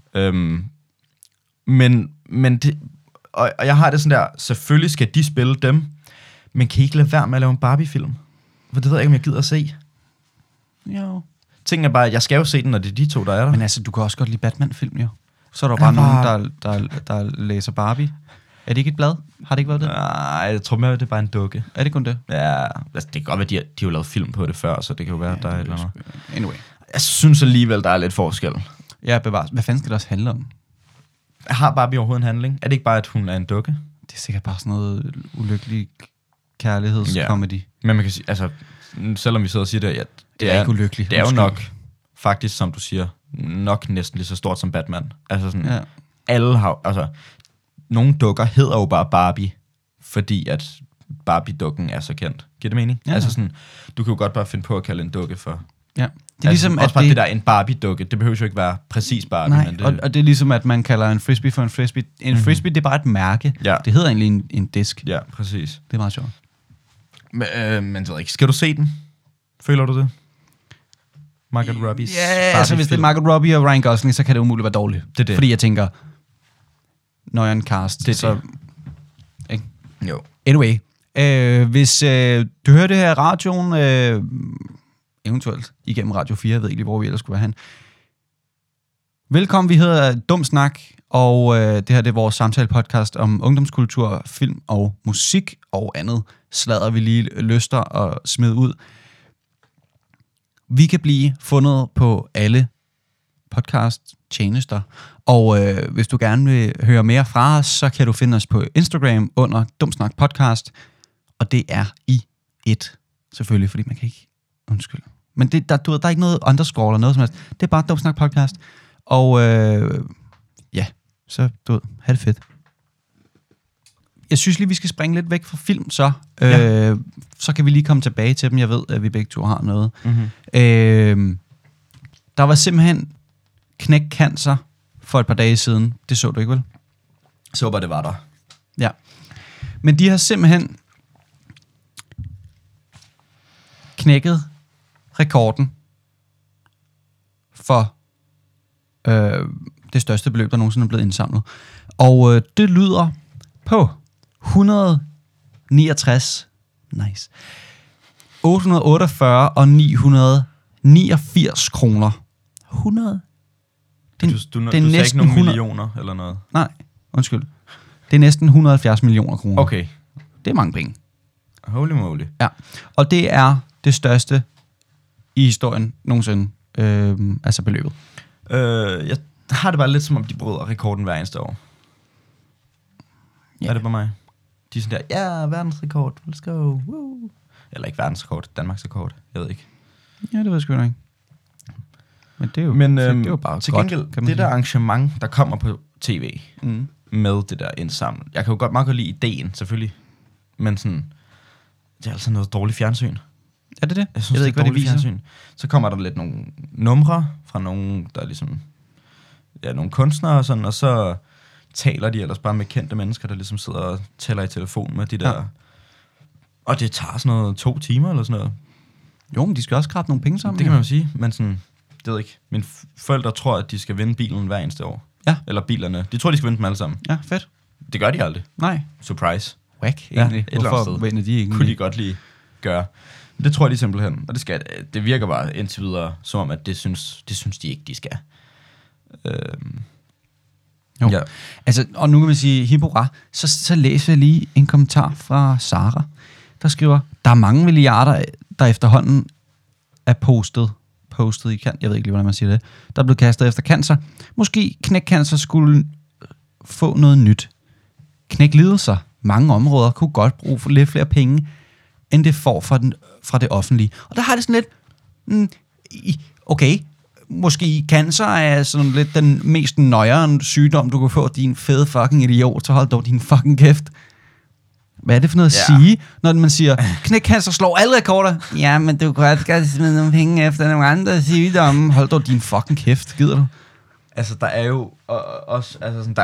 Men det, og jeg har det sådan der, selvfølgelig skal de spille dem, men kan I ikke lade være med at lave en Barbie-film? For det ved jeg ikke, om jeg gider at se. Jo. Tingen er bare, at jeg skal jo se den, når det er de to, der er der. Men altså, du kan også godt lide Batman-film, jo. Så er der bare nogen, der læser Barbie. Er det ikke et blad? Har det ikke været det? Nej, jeg tror mere, det er bare en dukke. Er det kun det? Ja, altså, det kan godt være, de har jo lavet film på det før, så det kan jo være, der er et eller andet. Anyway. Jeg synes alligevel, der er lidt forskel. Ja, bevares. Hvad fanden skal det også handle om? Har Barbie overhovedet en handling? Er det ikke bare, at hun er en dukke? Det er sikkert bare sådan noget ulykkelig kærlighedskomedy. Ja. Men man kan sige, altså, selvom vi sidder og siger det, ja, det er ikke ulykkeligt. Det er jo nok, faktisk, som du siger, nok næsten lige så stort som Batman. Altså sådan, ja. Alle har, altså, nogle dukker hedder jo bare Barbie, fordi at Barbie-dukken er så kendt. Giver det mening? Ja. Altså sådan, du kan jo godt bare finde på at kalde en dukke for... Ja. Det er ligesom, også at bare det der en Barbie-dukke, det behøver jo ikke være præcis Barbie. Nej, men det... og det er ligesom, at man kalder en frisbee for en frisbee. En frisbee, det er bare et mærke. Ja. Det hedder egentlig en disk. Ja, præcis. Det er meget sjovt. Men det ved jeg ikke. Skal du se den? Føler du det? Margot Robbies? Ja, altså hvis det er Margot Robbie og Ryan Gosling, så kan det umuligt være dårligt. Det er det. Fordi jeg tænker, når jeg er en cast, det så... Det. Ikke? Jo. Anyway, hvis du hører det her i radioen, eventuelt igennem Radio 4, jeg ved ikke lige, hvor vi ellers skulle være hen. Velkommen, vi hedder Dum Snak, og det her det er vores samtale-podcast om ungdomskultur, film og musik og andet sladder, vi lige lyster og smid ud. Vi kan blive fundet på alle podcast-tjenester, og hvis du gerne vil høre mere fra os, så kan du finde os på Instagram under Dum Snak Podcast, og det er i et, selvfølgelig, fordi man kan ikke... Undskyld. Men der er ikke noget underscore eller noget som helst. Det er bare Dum Snak Podcast. Og ja, så have det fedt. Jeg synes lige, vi skal springe lidt væk fra film, så. Ja. Så kan vi lige komme tilbage til dem. Jeg ved, at vi begge to har noget. Mm-hmm. Der var simpelthen knækcancer for et par dage siden. Det så du ikke, vel? Så håber, det var der. Ja. Men de har simpelthen knækket rekorden for det største beløb, der nogensinde er blevet indsamlet. Og det lyder på 169, nice, 848 og 989 kroner. 100? Du sagde ikke nogen millioner eller noget? Nej, undskyld. Det er næsten 170 millioner kroner. Okay. Det er mange penge. Holy moly. Ja, og det er det største i historien nogensinde, altså beløbet. Jeg har det bare lidt som om, de bryder rekorden hver eneste år. Ja. Er det bare mig? De er sådan der, ja, verdensrekord, let's go, woo. Eller ikke verdensrekord, Danmarks rekord, jeg ved ikke. Ja, det ved jeg sgu ikke. Men det er jo, det er jo bare til godt, gengæld, det der arrangement, der kommer på tv, med det der indsamling. Jeg kan jo meget godt lide ideen, selvfølgelig. Men sådan, det er altså noget dårligt fjernsyn. Er det det? Jeg synes, jeg ved ikke, hvad det viser. Fjernsyn. Så kommer der lidt nogle numre fra nogen, der er ligesom, ja, nogle kunstnere og sådan, og så taler de ellers bare med kendte mennesker, der ligesom sidder og tæller i telefon med de der. Ja. Og det tager sådan noget 2 timer eller sådan noget. Jo, men de skal også skrabe nogle penge sammen. Det kan man jo sige, men sådan, det ved jeg ikke. Mine forældre tror, at de skal vinde bilen hver eneste år. Ja. Eller bilerne. De tror, de skal vinde dem alle sammen. Ja, fedt. Det gør de aldrig. Nej. Surprise. Whack, egentlig. Ja, hvorfor vinder de ikke? Kunne de godt lige gøre. Det tror jeg de simpelthen. Og det virker bare indtil videre, som om, at det synes de ikke, de skal. Jo. Ja. Altså, og nu kan man sige, hip hurra, så læser jeg lige en kommentar fra Sara, der skriver, der er mange milliarder, der efterhånden er postet i cancer. Jeg ved ikke lige, hvordan man siger det. Der er blevet kastet efter cancer. Måske knækcancer skulle få noget nyt. Knæklidelser, mange områder, kunne godt bruge for lidt flere penge, end det får fra det offentlige. Og der har det sådan lidt, okay, måske cancer er sådan lidt den mest nøjeren sygdom, du kan få, din fede fucking idiot, så hold dog din fucking kæft. Hvad er det for noget at sige, når man siger, knækcancer slår alle rekorder? Ja, men du kan godt smide nogle penge efter nogle andre sygdomme. Hold dog din fucking kæft, gider du? Altså, der er jo også, altså sådan, der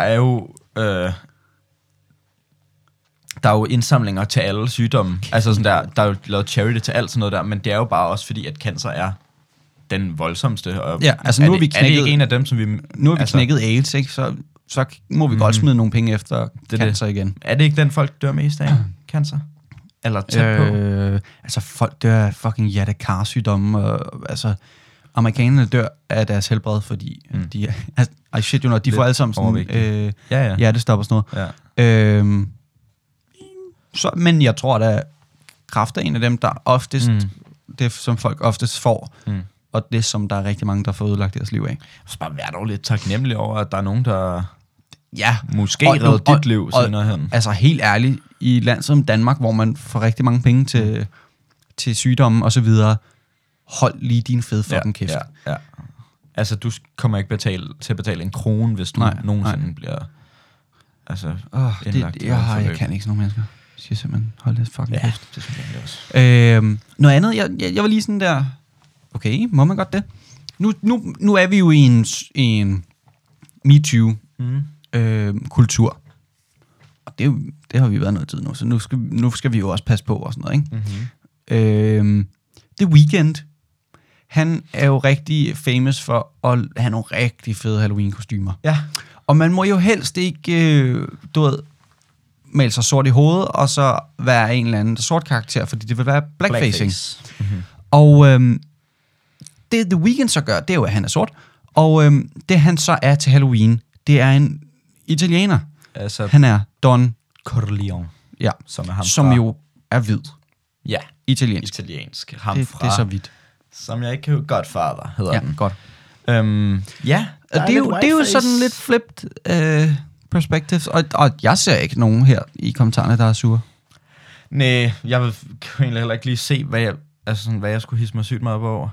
er jo indsamlinger til alle sygdomme. Altså sådan der er jo lavet charity til alt sådan noget der, men det er jo bare også fordi, at cancer er den voldsomste. Og ja, altså nu er vi knækket, er det ikke en af dem, som vi... Nu er vi knækket AIDS, ikke? Så må vi godt smide nogle penge efter cancer igen. Er det ikke den, folk dør mest af? Cancer? Eller tæt på? Altså, folk dør af fucking hjertekarsygdomme. Altså, amerikanerne dør af deres helbred, fordi de... Altså, I shit you not, de får alle sammen sådan hjertestop og sådan noget. Ja. Men jeg tror, at kræft er en af dem, der oftest... Det, som folk oftest får. Og det, som der er rigtig mange, der får ødelagt deres liv af. Så bare vær dog lidt taknemmelig over, at der er nogen, der måske redder dit liv senere hen. Altså helt ærligt, i et land som Danmark, hvor man får rigtig mange penge til sygdomme og så videre, hold lige din fede fucking kæft. Ja. Altså, du kommer ikke til at betale en krone, hvis du nogensinde bliver indlagt. Jeg kan ikke sådan nogle mennesker. Jeg siger simpelthen, hold det fucking kæft. Det synes jeg også. Noget andet, jeg var lige sådan der, okay, må man godt det? Nu er vi jo i en MeToo-kultur. Og det har vi været noget tid nu, så nu skal vi jo også passe på og sådan noget, ikke? The Weeknd, han er jo rigtig famous for at have nogle rigtig fede Halloween-kostymer. Ja. Og man må jo helst ikke, male sig sort i hovedet, og så være en eller anden sort karakter, fordi det vil være blackfacing. Og det The Weeknd så gør, det er jo, at han er sort. Og det han så er til Halloween, det er en italiener. Altså, han er Don Corleone. Ja, som jo er hvid. Ja, italiensk. Det er så vidt. Som jeg ikke kan Godfather hedder den. Godt. Ja, og det er jo sådan lidt flipped perspectives, og jeg ser ikke nogen her i kommentarerne, der er sure. Nej, jeg vil egentlig heller ikke lige se, hvad jeg skulle hisse mig sygt meget over.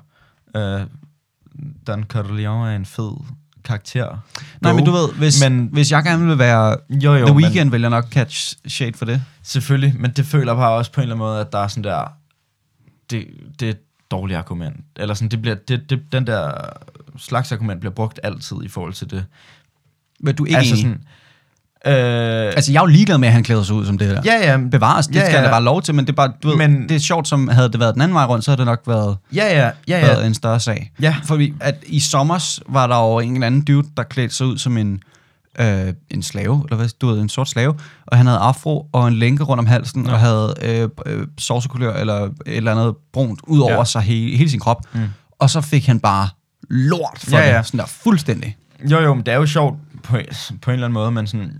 Don Corleone er en fed karakter. Nej, men du ved, hvis jeg gerne vil være The Weeknd, vil jeg nok catch shade for det. Selvfølgelig, men det føler bare også på en eller anden måde, at der er sådan der... Det er et dårligt argument. Eller sådan, den der slags argument bliver brugt altid i forhold til det. Men du er ikke enig? Altså, jeg er jo ligeglad med, at han klæder sig ud som det der. Ja. Bevares, det skal han da bare lov til, men det er bare, du ved, det er sjovt, som havde det været den anden vej rundt, så havde det nok været, været en større sag. Ja. Fordi at i sommers var der jo en eller anden dude, der klædte sig ud som en slave, eller hvad, du ved, en sort slave, og han havde afro og en lænke rundt om halsen, og havde sovsekulør eller et eller andet brunt ud over sig hele sin krop. Og så fik han bare lort for det, sådan der fuldstændig. Jo, men det er jo sjovt på en eller anden måde, men sådan...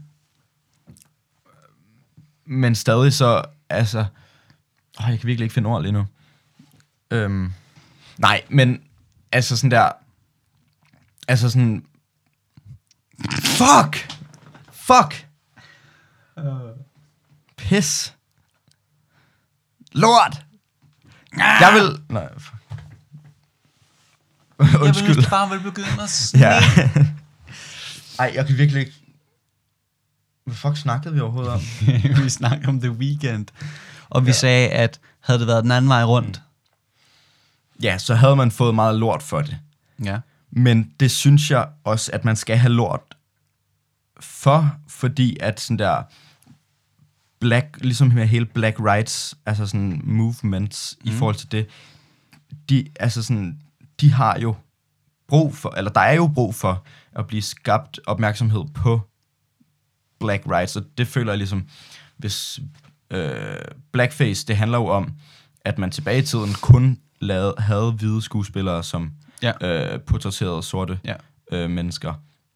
Men stadig så, altså... jeg kan virkelig ikke finde ord lige nu. Nej, men... Altså sådan der... Altså sådan... Fuck! Pis! Lort! Jeg vil... Nej, fuck. Undskyld. Jeg vil bare begynde at snige. Ja. Ej, jeg kan virkelig ikke... Hvad fuck snakkede vi overhovedet om? Vi snakkede om The Weeknd. Og vi sagde, at havde det været den anden vej rundt... Ja, så havde man fået meget lort for det. Ja. Men det synes jeg også, at man skal have lort fordi at sådan der... ligesom med hele Black Rights, altså sådan movements i forhold til det, de har jo brug for, eller der er jo brug for at blive skabt opmærksomhed på Black Rights, og det føler jeg ligesom, hvis blackface, det handler jo om, at man tilbage i tiden kun havde hvide skuespillere, som portrætterede sorte mennesker.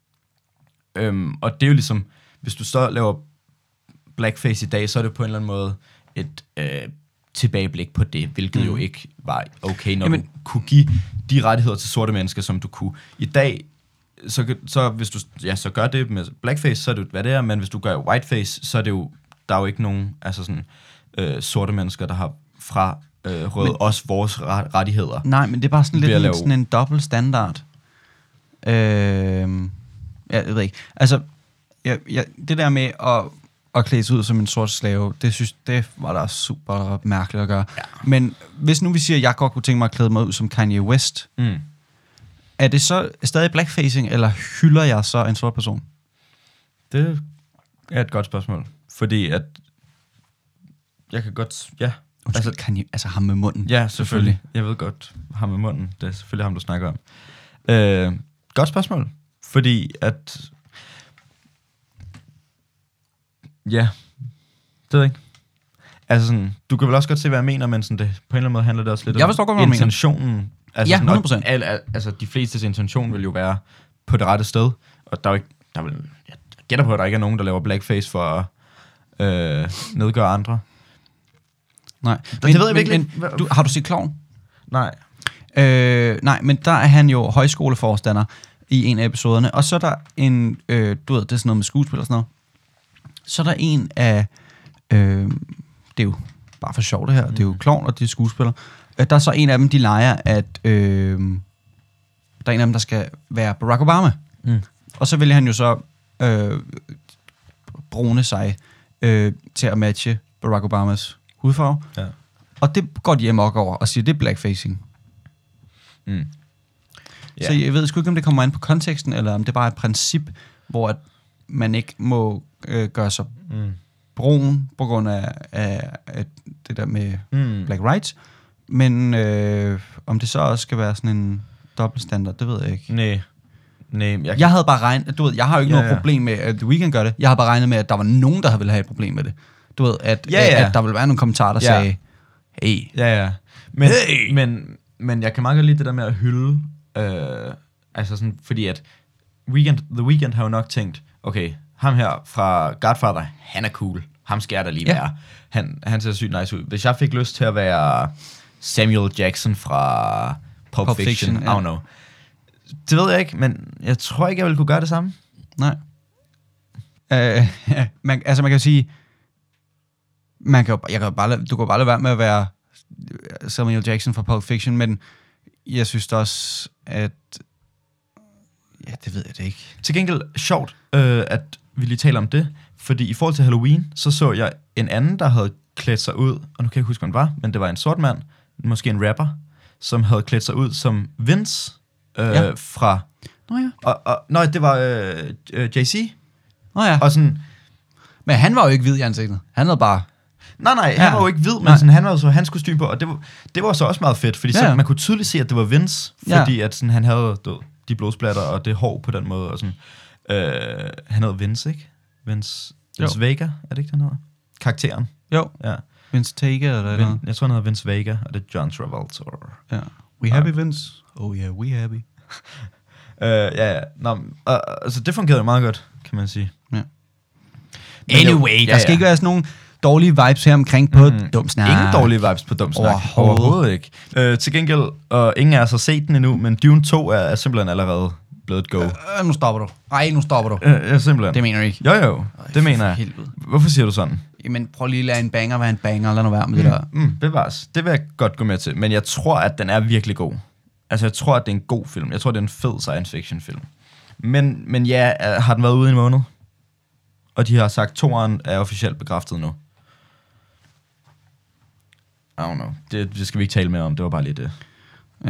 Og det er jo ligesom, hvis du så laver blackface i dag, så er det på en eller anden måde et tilbageblik på det, hvilket jo ikke var okay, når du kunne give de rettigheder til sorte mennesker, som du kunne. I dag, så hvis du så gør det med blackface, så er det jo, hvad det er, men hvis du gør whiteface, så er det jo, der er jo ikke nogen altså sådan, sorte mennesker, der har røvet også vores rettigheder. Nej, men det er bare sådan lidt sådan en dobbelt standard. Jeg ved ikke. Altså, det der med at klæde sig ud som en sort slave, det var da super mærkeligt at gøre. Ja. Men hvis nu vi siger, at jeg godt kunne tænke mig at klæde mig ud som Kanye West, er det så stadig blackfacing, eller hylder jeg så en sort person? Det er et godt spørgsmål. Fordi at jeg kan godt... Ja. Altså ham med munden. Ja, selvfølgelig. Jeg ved godt, ham med munden. Det er selvfølgelig ham, du snakker om. Godt spørgsmål. Fordi at... Ja, det ved jeg ikke. Altså sådan, du kan vel også godt se, hvad jeg mener, men sådan det, på en eller anden måde handler det også lidt om intentionen. Altså ja, 100%. Sådan, altså de flestes intention vil jo være på det rette sted, og jeg gætter på, at der ikke er nogen, der laver blackface for at nedgøre andre. Nej, men det ved jeg virkelig. Har du set Klovn? Nej. Nej, men der er han jo højskoleforstander i en af episoderne, og så er der en, du ved, det er sådan noget med skuespil og sådan noget. Så er der en af, det er jo bare for sjov det her, det er jo klovn, og det er skuespiller. Der er så en af dem, de leger, at der er en af dem, der skal være Barack Obama. Og så vil han jo så brune sig til at matche Barack Obamas hudfarve. Ja. Og det går de amok over og siger, det er blackfacing. Yeah. Så jeg ved sgu ikke, om det kommer an på konteksten, eller om det bare er et princip, hvor at man ikke må gøre sig brun på grund af det der med black rights. Men om det så også skal være sådan en dobbeltstandard, det ved jeg ikke. Nej. Jeg havde bare regnet, du ved, jeg har jo ikke noget problem med, at The Weeknd gør det. Jeg havde bare regnet med, at der var nogen, der ville have et problem med det. Du ved, at der ville være nogle kommentarer, der sagde, hey. Ja. Men jeg kan meget godt lide det der med at hylde, altså sådan, fordi at The Weeknd har jo nok tænkt, okay, ham her fra Godfather, han er cool. Ham skal jeg da lige være. Han ser sygt nice ud. Hvis jeg fik lyst til at være Samuel Jackson fra Pulp Fiction, I don't know. Det ved jeg ikke, men jeg tror ikke, jeg ville kunne gøre det samme. Nej. Man kan jo sige, du kan bare lade være med at være Samuel Jackson fra Pulp Fiction, men jeg synes også, at det ved jeg det ikke. Til gengæld sjovt, at vi lige taler om det, fordi i forhold til Halloween, så jeg en anden, der havde klædt sig ud, og nu kan jeg ikke huske, hvad han var, men det var en sort mand, måske en rapper, som havde klædt sig ud som Vince fra... Nå, det var Jay-Z. Og sådan... Men han var jo ikke hvid i ansigtet. Han havde bare... Nej, han var jo ikke hvid, men sådan, han var jo så hans kostume på, og det var så også meget fedt, fordi så, man kunne tydeligt se, at det var Vince, fordi at sådan, han havde de blodsplatter og det hår på den måde, og sådan... han hedder Vince, ikke? Vince Vega, er det ikke, den hedder? Karakteren. Jo. Ja. Vince Vega, eller noget? Jeg tror, han hedder Vince Vega, og det er John Travolta. Ja. We happy, Vince? Oh yeah, we happy. Nå, altså, det fungerede meget godt, kan man sige. Ja. Anyway, der skal ikke være sådan nogle dårlige vibes her omkring på Dum Snak. Ingen dårlige vibes på Dum Snak. Overhovedet ikke. Til gengæld, og ingen af os har set den endnu, men Dune 2 er simpelthen allerede blevet et go. Nu stopper du. Simpelthen. Det mener du ikke? Jo, det mener jeg. Helvede. Hvorfor siger du sådan? Jamen, prøv lige at lade en banger være en banger, lad nu være med det der. Bevares. Det vil jeg godt gå med til, men jeg tror, at den er virkelig god. Altså, jeg tror, at det er en god film. Jeg tror, det er en fed science fiction film. Men ja, har den været ude i en måned? Og de har sagt, at 2'eren er officielt bekræftet nu. I don't know. Det skal vi ikke tale mere om. Det var bare lige det. Ja.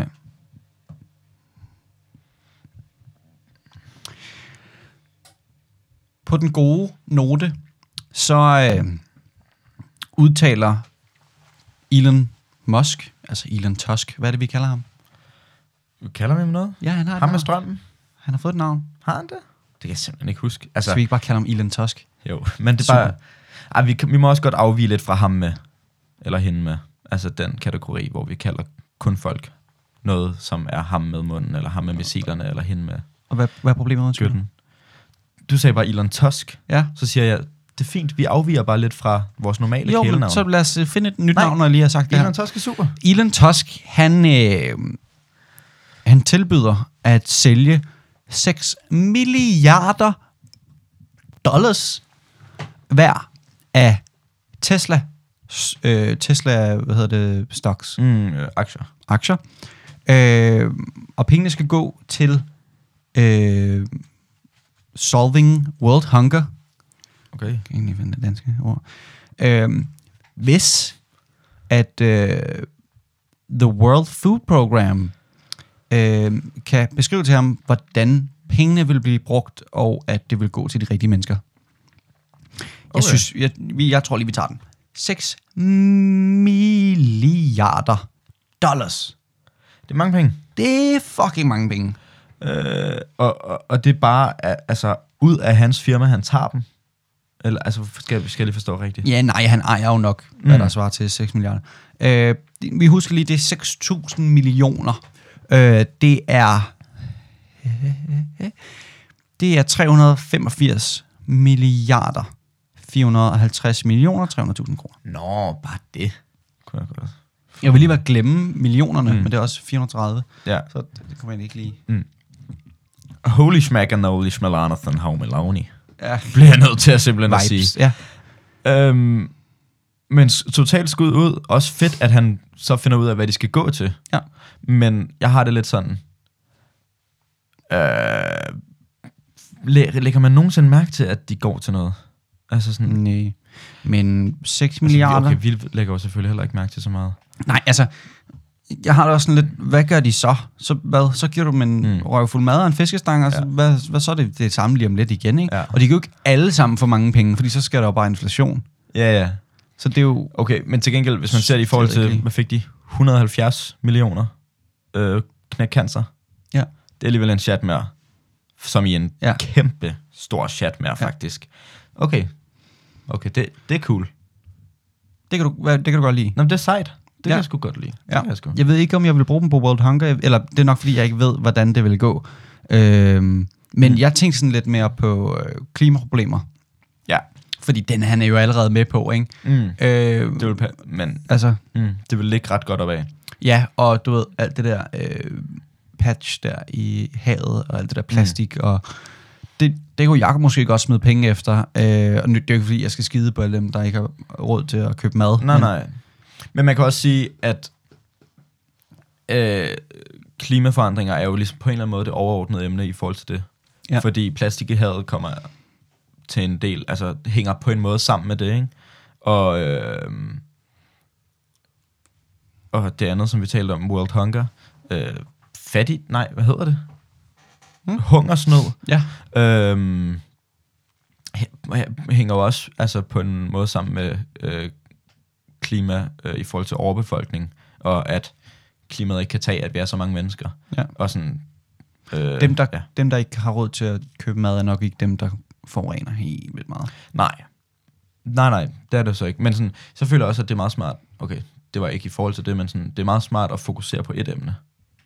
På den gode note, så udtaler Elon Musk, altså Elon Tusk, hvad er det, vi kalder ham? Vi kalder vi ham noget? Ja, han har ham med strømmen? Han har fået et navn. Har han det? Det kan jeg simpelthen ikke huske. Altså, så vi ikke bare kalder ham Elon Tusk? Jo, men det er bare... vi må også godt afvige lidt fra ham med, eller hende med. Altså den kategori, hvor vi kalder kun folk noget, som er ham med munden, eller ham med missilerne, eller hende med Og hvad er problemet med skytten. Du sagde bare Elon Tusk. Ja. Så siger jeg, det er fint, vi afviger bare lidt fra vores normale kælenavn. Jo, så lad os finde et nyt navn, når jeg lige har sagt det her. Elon Tusk er super. Elon Tusk, han tilbyder at sælge 6 milliarder dollars hver af Tesla, stocks, Aktier. og pengene skal gå til solving world hunger. Okay. Jeg kan ikke finde det danske ord. Hvis at The World Food Program kan beskrive til ham, hvordan pengene vil blive brugt, og at det vil gå til de rigtige mennesker. Okay. Jeg tror lige, vi tager den. 6 milliarder dollars. Det er mange penge. Det er fucking mange penge. Og det er bare, altså, ud af hans firma, han tager dem. Eller, altså, skal jeg lige forstå rigtigt? Ja, nej, han ejer jo nok, hvad der svarer til 6 milliarder. Vi husker lige, det er 6.000 millioner. Det er 385 milliarder 450 millioner 300.000 kroner. Nå, bare det. Kunne jeg godt. Jeg vil lige være glemme millionerne, men det er også 430. Ja. Så det kommer jeg ikke lige. Holy schmackanoli schmalanathan haumeloni. Ja. Bliver jeg nødt til at simpelthen at Vibes, sige. ja. Men totalt skud ud. Også fedt, at han så finder ud af, hvad de skal gå til. Ja. Men jeg har det lidt sådan... lægger man nogensinde mærke til, at de går til noget? Altså sådan... Nej. Men 6 milliarder... Okay, vi lægger jo selvfølgelig heller ikke mærke til så meget. Nej, altså... Jeg har da også sådan lidt... Hvad gør de så? Så giver du dem en røvfuld mad og en fiskestang, og så, hvad så er det samme lige om lidt igen, ikke? Ja. Og de kan jo ikke alle sammen få mange penge, fordi så skal der jo bare inflation. Ja. Så det er jo... Okay, men til gengæld, hvis man ser det i forhold til... Hvad fik de? 170 millioner knækcancer. Ja. Det er alligevel en chat mere. Som i en kæmpe stor chat mere, faktisk. Okay, det er cool. Det kan du godt lide. Nå, men det er sejt. Det kan jeg sgu godt lide. Ja. Jeg ved ikke, om jeg vil bruge dem på World Hunger, eller det er nok, fordi jeg ikke ved, hvordan det vil gå. Men jeg tænkte sådan lidt mere på klimaproblemer. Ja. Fordi den han er jo allerede med på, ikke? Det vil ligge ret godt opad. Ja, og du ved, alt det der patch der i havet, og alt det der plastik, og det kunne Jakob måske godt smide penge efter. Og det er jo ikke, fordi jeg skal skide på alle dem, der ikke har råd til at købe mad. Nej. Men man kan også sige, at klimaforandringer er jo ligesom på en eller anden måde det overordnede emne i forhold til det. Ja. Fordi plastik i havet kommer til en del, altså hænger på en måde sammen med det, ikke? Og det andet, som vi talte om, World Hunger, hvad hedder det? Hungersnød. Ja. Hænger jo også altså på en måde sammen med klima i forhold til overbefolkning, og at klimaet ikke kan tage, at vi er så mange mennesker. Ja. Og sådan, dem, der ikke har råd til at købe mad, er nok ikke dem, der forurener helt vildt meget. Nej, det er det så ikke. Men sådan, så føler jeg også, at det er meget smart. Okay, det var ikke i forhold til det, men sådan, det er meget smart at fokusere på et emne.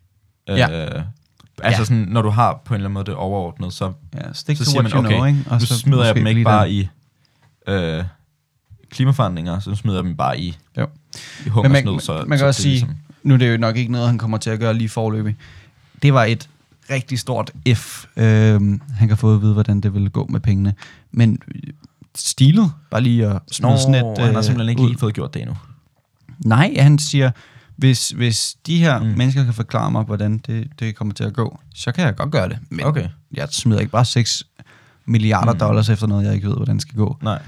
Sådan, når du har på en eller anden måde det overordnet, så siger man, okay, nu smider jeg dem ikke bare i klimaforandringer, så smider jeg dem bare i hungersnød. Man kan også sige, nu er det jo nok ikke noget, han kommer til at gøre lige forløbig. Det var et rigtig stort F. Han kan få at vide, hvordan det ville gå med pengene. Men stilet, bare lige at smide sådan et han har simpelthen ikke lige fået gjort det endnu. Nej, han siger, hvis de her mennesker kan forklare mig, hvordan det kommer til at gå, så kan jeg godt gøre det. Men jeg smider ikke bare 6 milliarder dollars efter noget, jeg ikke ved, hvordan det skal gå. Nej.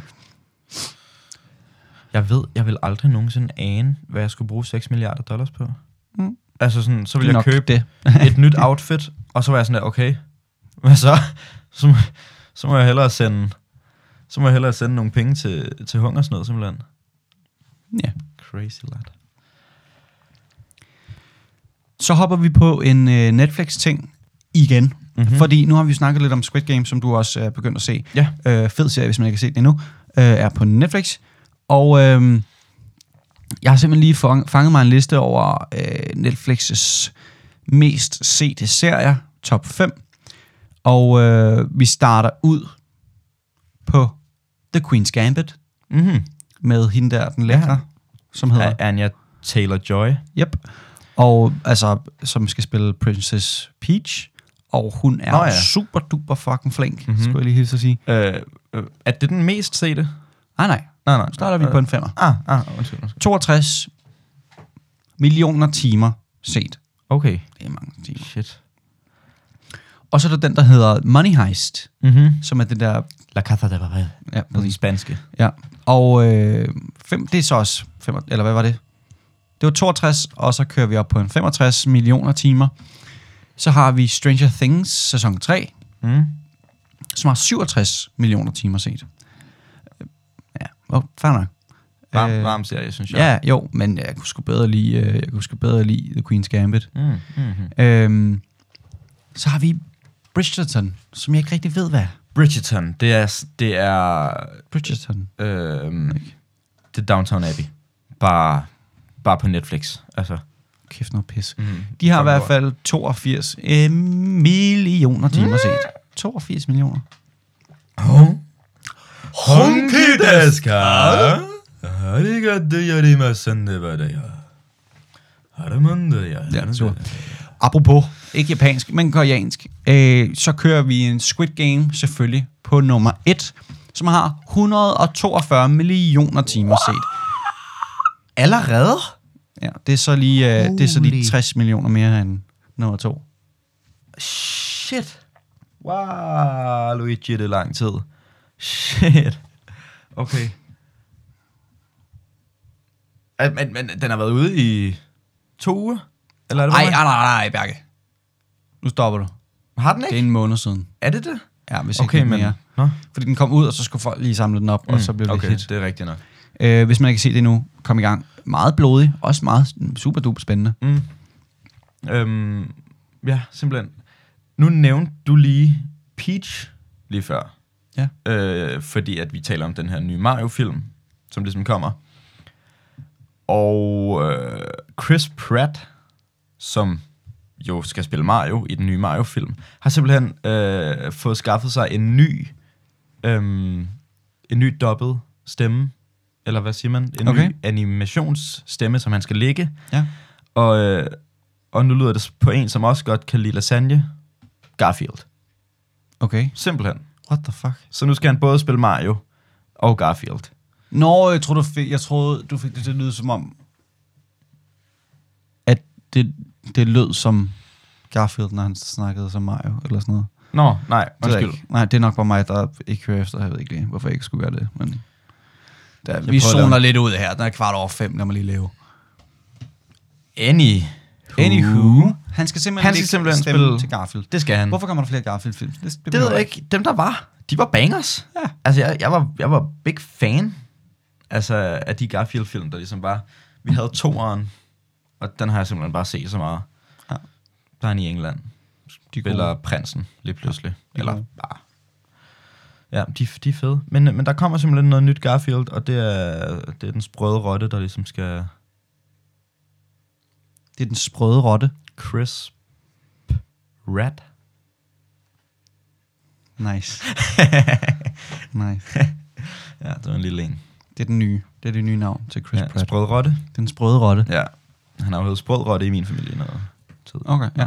Jeg vil aldrig nogensinde ane, hvad jeg skulle bruge 6 milliarder dollars på. Altså sådan, så vil jeg købe et nyt outfit, og så var jeg sådan der, okay, hvad så? Så må jeg hellere sende nogle penge til hungersnød, simpelthen. Ja. Crazy lad. Så hopper vi på en Netflix-ting igen. Fordi nu har vi snakket lidt om Squid Game, som du også er begyndt at se. Ja. Fed serie, hvis man ikke har set det endnu. Er på Netflix. Og Jeg har simpelthen lige fanget mig en liste over Netflix's mest sete serier, top 5. Og vi starter ud på The Queen's Gambit, med hende der, den lækre, som hedder Anya Taylor-Joy. Yep. Og altså, som skal spille Princess Peach. Og hun er super duper fucking flink, skulle jeg lige hilse at sige. Er det den mest sete? Nej. Nu starter vi på en 5'er. Undskyld. 62 millioner timer set. Okay. Det er mange timer. Shit. Og så er der den, der hedder Money Heist, som er det der... La Casa de Papel. Ja, Den spanske. Ja. Og 5, det er så også... 5, eller hvad var det? Det var 62, og så kører vi op på en 65 millioner timer. Så har vi Stranger Things sæson 3, som har 67 millioner timer set. Ja, fair nok. Varm serie, synes jeg. Ja, jo, men jeg kunne sgu bedre lide The Queen's Gambit. Så har vi Bridgerton, som jeg ikke rigtig ved, hvad er. Bridgerton, det er Bridgerton. det er Downton Abbey. Bare på Netflix, altså. Kæft noget pis. De har i hvert fald 82 millioner timer set. 82 millioner. Honky deska. Arigato yarimasen det var det ja. Haramande ja. Ja, så. Apropos, ikke japansk, men koreansk, så kører vi en Squid Game selvfølgelig på nummer 1, som har 142 millioner timer set. Allerede? Ja, det er så lige 60 millioner mere end nummer 2. Shit. Wow, Luigi, det er lang tid. Shit. Okay. Men den har været ude i 2 uger? Eller er det Nej, Bjarke. Nu stopper du. Har den ikke? Det er en måned siden. Er det det? Ja, hvis ikke mere. Nå. Fordi den kom ud, og så skulle folk lige samle den op, og så blev det hit. Det er rigtigt nok. Hvis man ikke kan se det nu, kom i gang. Meget blodig, også meget super duper spændende. Ja, simpelthen. Nu nævnte du lige Peach lige før. Ja. Fordi at vi taler om den her nye Mario-film, som ligesom kommer. Og Chris Pratt, som jo skal spille Mario i den nye Mario-film, har simpelthen fået skaffet sig en ny dobbelt stemme, eller hvad siger man? En ny animationsstemme, som han skal lægge. Ja. Og nu lyder det på en, som også godt kan lide lasagne, Garfield. Okay. Simpelthen. What the fuck? Så nu skal han både spille Mario og Garfield. Nå, jeg troede, du fik det til at lyde som om, at det lød som Garfield, når han snakkede som Mario, eller sådan noget. Nå, nej, undskyld. Nej, det er nok bare mig, der ikke hører efter. Jeg ved ikke lige, hvorfor jeg ikke skulle gøre det. Men vi zoner lidt ud her. Den er 4:15, lad mig lige lave. Anywho. Han skal simpelthen stemme til Garfield. Det skal han. Hvorfor kommer der flere Garfield-film? Det ved jeg ikke. Dem, der var, de var bangers. Ja. Altså, jeg var big fan af de Garfield-film, der ligesom var. Vi havde 2'eren, og den har jeg simpelthen bare set så meget. Ja. Der er han i England. De spiller prinsen lige pludselig. Ja, eller bare... Ja, de er fede. Men der kommer simpelthen noget nyt Garfield, og det er den sprøde rotte, der ligesom skal... Det er den sprøde rotte. Chris Pratt. Nice. Nice. Ja, det var en lille en. Det er den nye. Det er det nye navn til Chris Pratt. Sprøde rotte. Den sprøde rotte. Ja. Han har jo heddet sprød rotte i min familie noget tid. Okay, ja.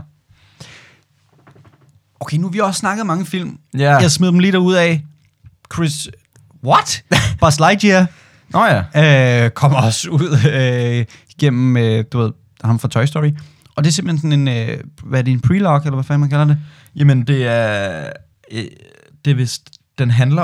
Okay, nu har vi også snakket mange film. Ja. Jeg smed dem lige derud af. Chris... What? Buzz Lightyear. Nå ja. Kommer også ud igennem, du ved, ham fra Toy Story. Og det er simpelthen sådan en, hvad er det, en prelog, eller hvad fanden man kalder det? Jamen, det er vist, den handler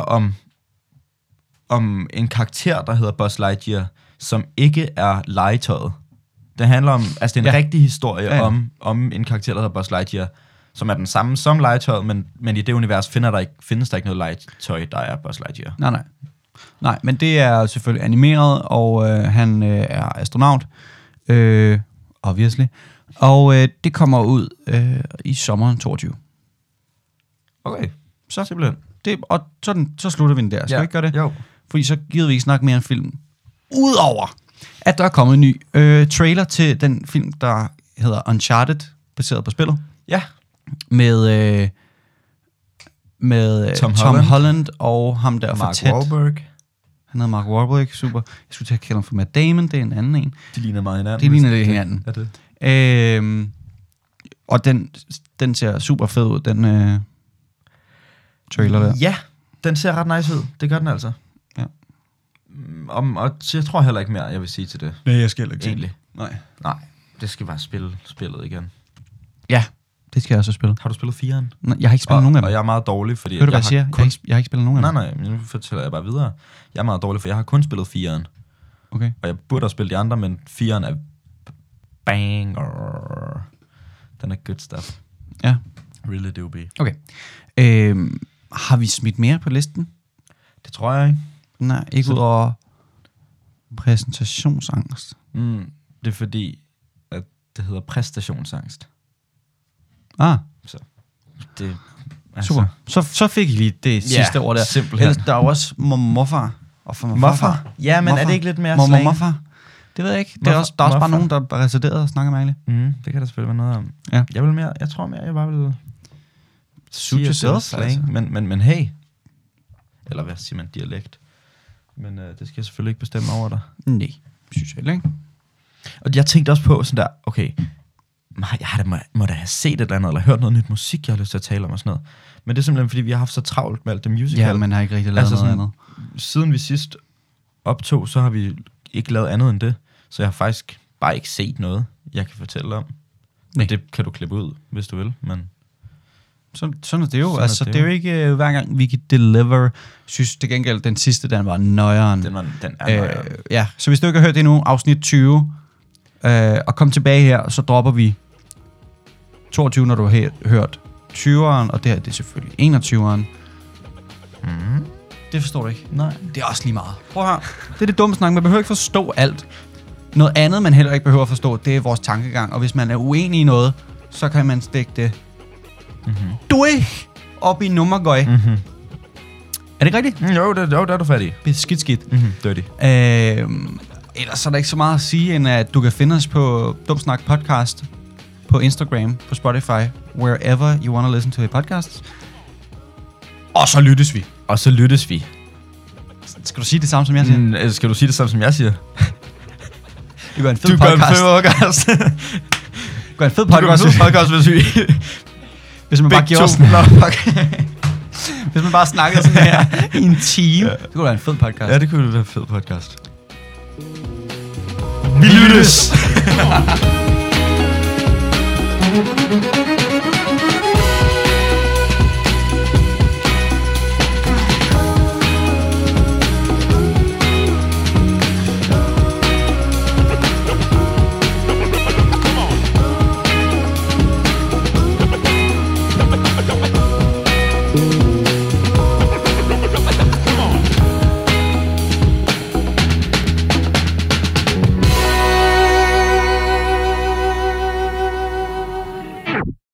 om en karakter, der hedder Buzz Lightyear, som ikke er legetøjet. Det handler om, altså det er en rigtig historie om en karakter, der hedder Buzz Lightyear, som er den samme som legetøjet, men i det univers findes der ikke noget legetøj, der er Buzz Lightyear. Nej, men det er selvfølgelig animeret, og han er astronaut, obviously. Og det kommer ud i sommeren 22. Okay, så simpelthen. Så slutter vi den der. Skal vi ikke gøre det? Jo. Fordi så gider vi ikke snakke mere om film. Udover, at der er kommet en ny trailer til den film, der hedder Uncharted, baseret på spillet. Ja. Med Tom Holland og ham der fra Ted. Mark Wahlberg. Han hedder Mark Wahlberg, super. Jeg skulle til at kalde ham for Matt Damon, det er en anden en. De ligner meget hinanden. De ligner lidt hinanden. Er det? Og den ser super fed ud, den trailer der. Ja, den ser ret nice ud. Det gør den altså. Ja. Og jeg tror heller ikke mere, jeg vil sige til det. Nej, jeg skal heller ikke egentlig. Nej. Nej, det skal bare spille spillet igen. Ja, det skal jeg også spille. Har du spillet 4'eren? Nej, jeg har ikke spillet nogen af dem. Og jeg er meget dårlig, fordi... Hør du, hvad jeg siger? Jeg har ikke spillet nogen af dem. Nej, nu fortæller jeg bare videre. Jeg er meget dårlig, for jeg har kun spillet 4'eren. Okay. Og jeg burde have spillet de andre, men 4'eren er banger. Den er good stuff. Ja. Really do be. Okay. Har vi smidt mere på listen? Det tror jeg ikke. Nej, ikke ud over præsentationsangst. Det er fordi, at det hedder præstationsangst. Så det... Altså. Super. Så fik I lige det sidste ord der. Simpelthen. Ellers, der er jo også morfar. Morfar? Ja, men er det ikke lidt mere slang? Morfar? Det ved jeg ikke. Der er også bare nogen, der er resideret og snakker mærkeligt. Det kan der selvfølgelig være noget om. Ja. Jeg tror mere, jeg bare vil... Suit yourself, slang. Altså. Men hey. Eller hvad siger man? Dialekt. Men det skal jeg selvfølgelig ikke bestemme over dig. Nej, synes jeg ikke. Og jeg tænkte også på sådan der, okay, jeg må da have set et eller andet, eller hørt noget nyt musik, jeg har lyst til at tale om og sådan noget. Men det er simpelthen, fordi vi har haft så travlt med alt det musical. Ja, man har ikke rigtig lavet noget sådan, andet. Siden vi sidst optog, så har vi ikke lavet andet end det. Så jeg har faktisk bare ikke set noget, jeg kan fortælle om. Men det kan du klippe ud, hvis du vil, men... Sådan er det jo. Altså, det er jo ikke hver gang, vi kan deliver. Synes til gengæld, den sidste, den var nøjeren. Den er nøjeren. Ja, så hvis du ikke har hørt det endnu, afsnit 20, og kom tilbage her, så dropper vi 22, når du har hørt 20'eren, og det her, det er selvfølgelig 21'eren. Det forstår du ikke. Nej. Det er også lige meget. Prøv at høre. Det er det dumme snak. Man behøver ikke forstå alt. Noget andet, man heller ikke behøver at forstå, det er vores tankegang. Og hvis man er uenig i noget, så kan man stikke det op i nummergøj. Er det ikke rigtigt? Jo, det er du fat i. Skidt. Dirty. Ellers er der ikke så meget at sige, end at du kan finde os på Dumsnak Podcast, på Instagram, på Spotify, wherever you want to listen to a podcast. Og så lyttes vi. Skal du sige det samme, som jeg siger? Skal du sige det samme, som jeg siger? Det gør en fed podcast. Det gør en fed podcast, hvis man bare giver os hvis man bare snakker sådan her i en time. Det kunne være en fed podcast. Ja, det kunne være en fed podcast. Vi lyttes!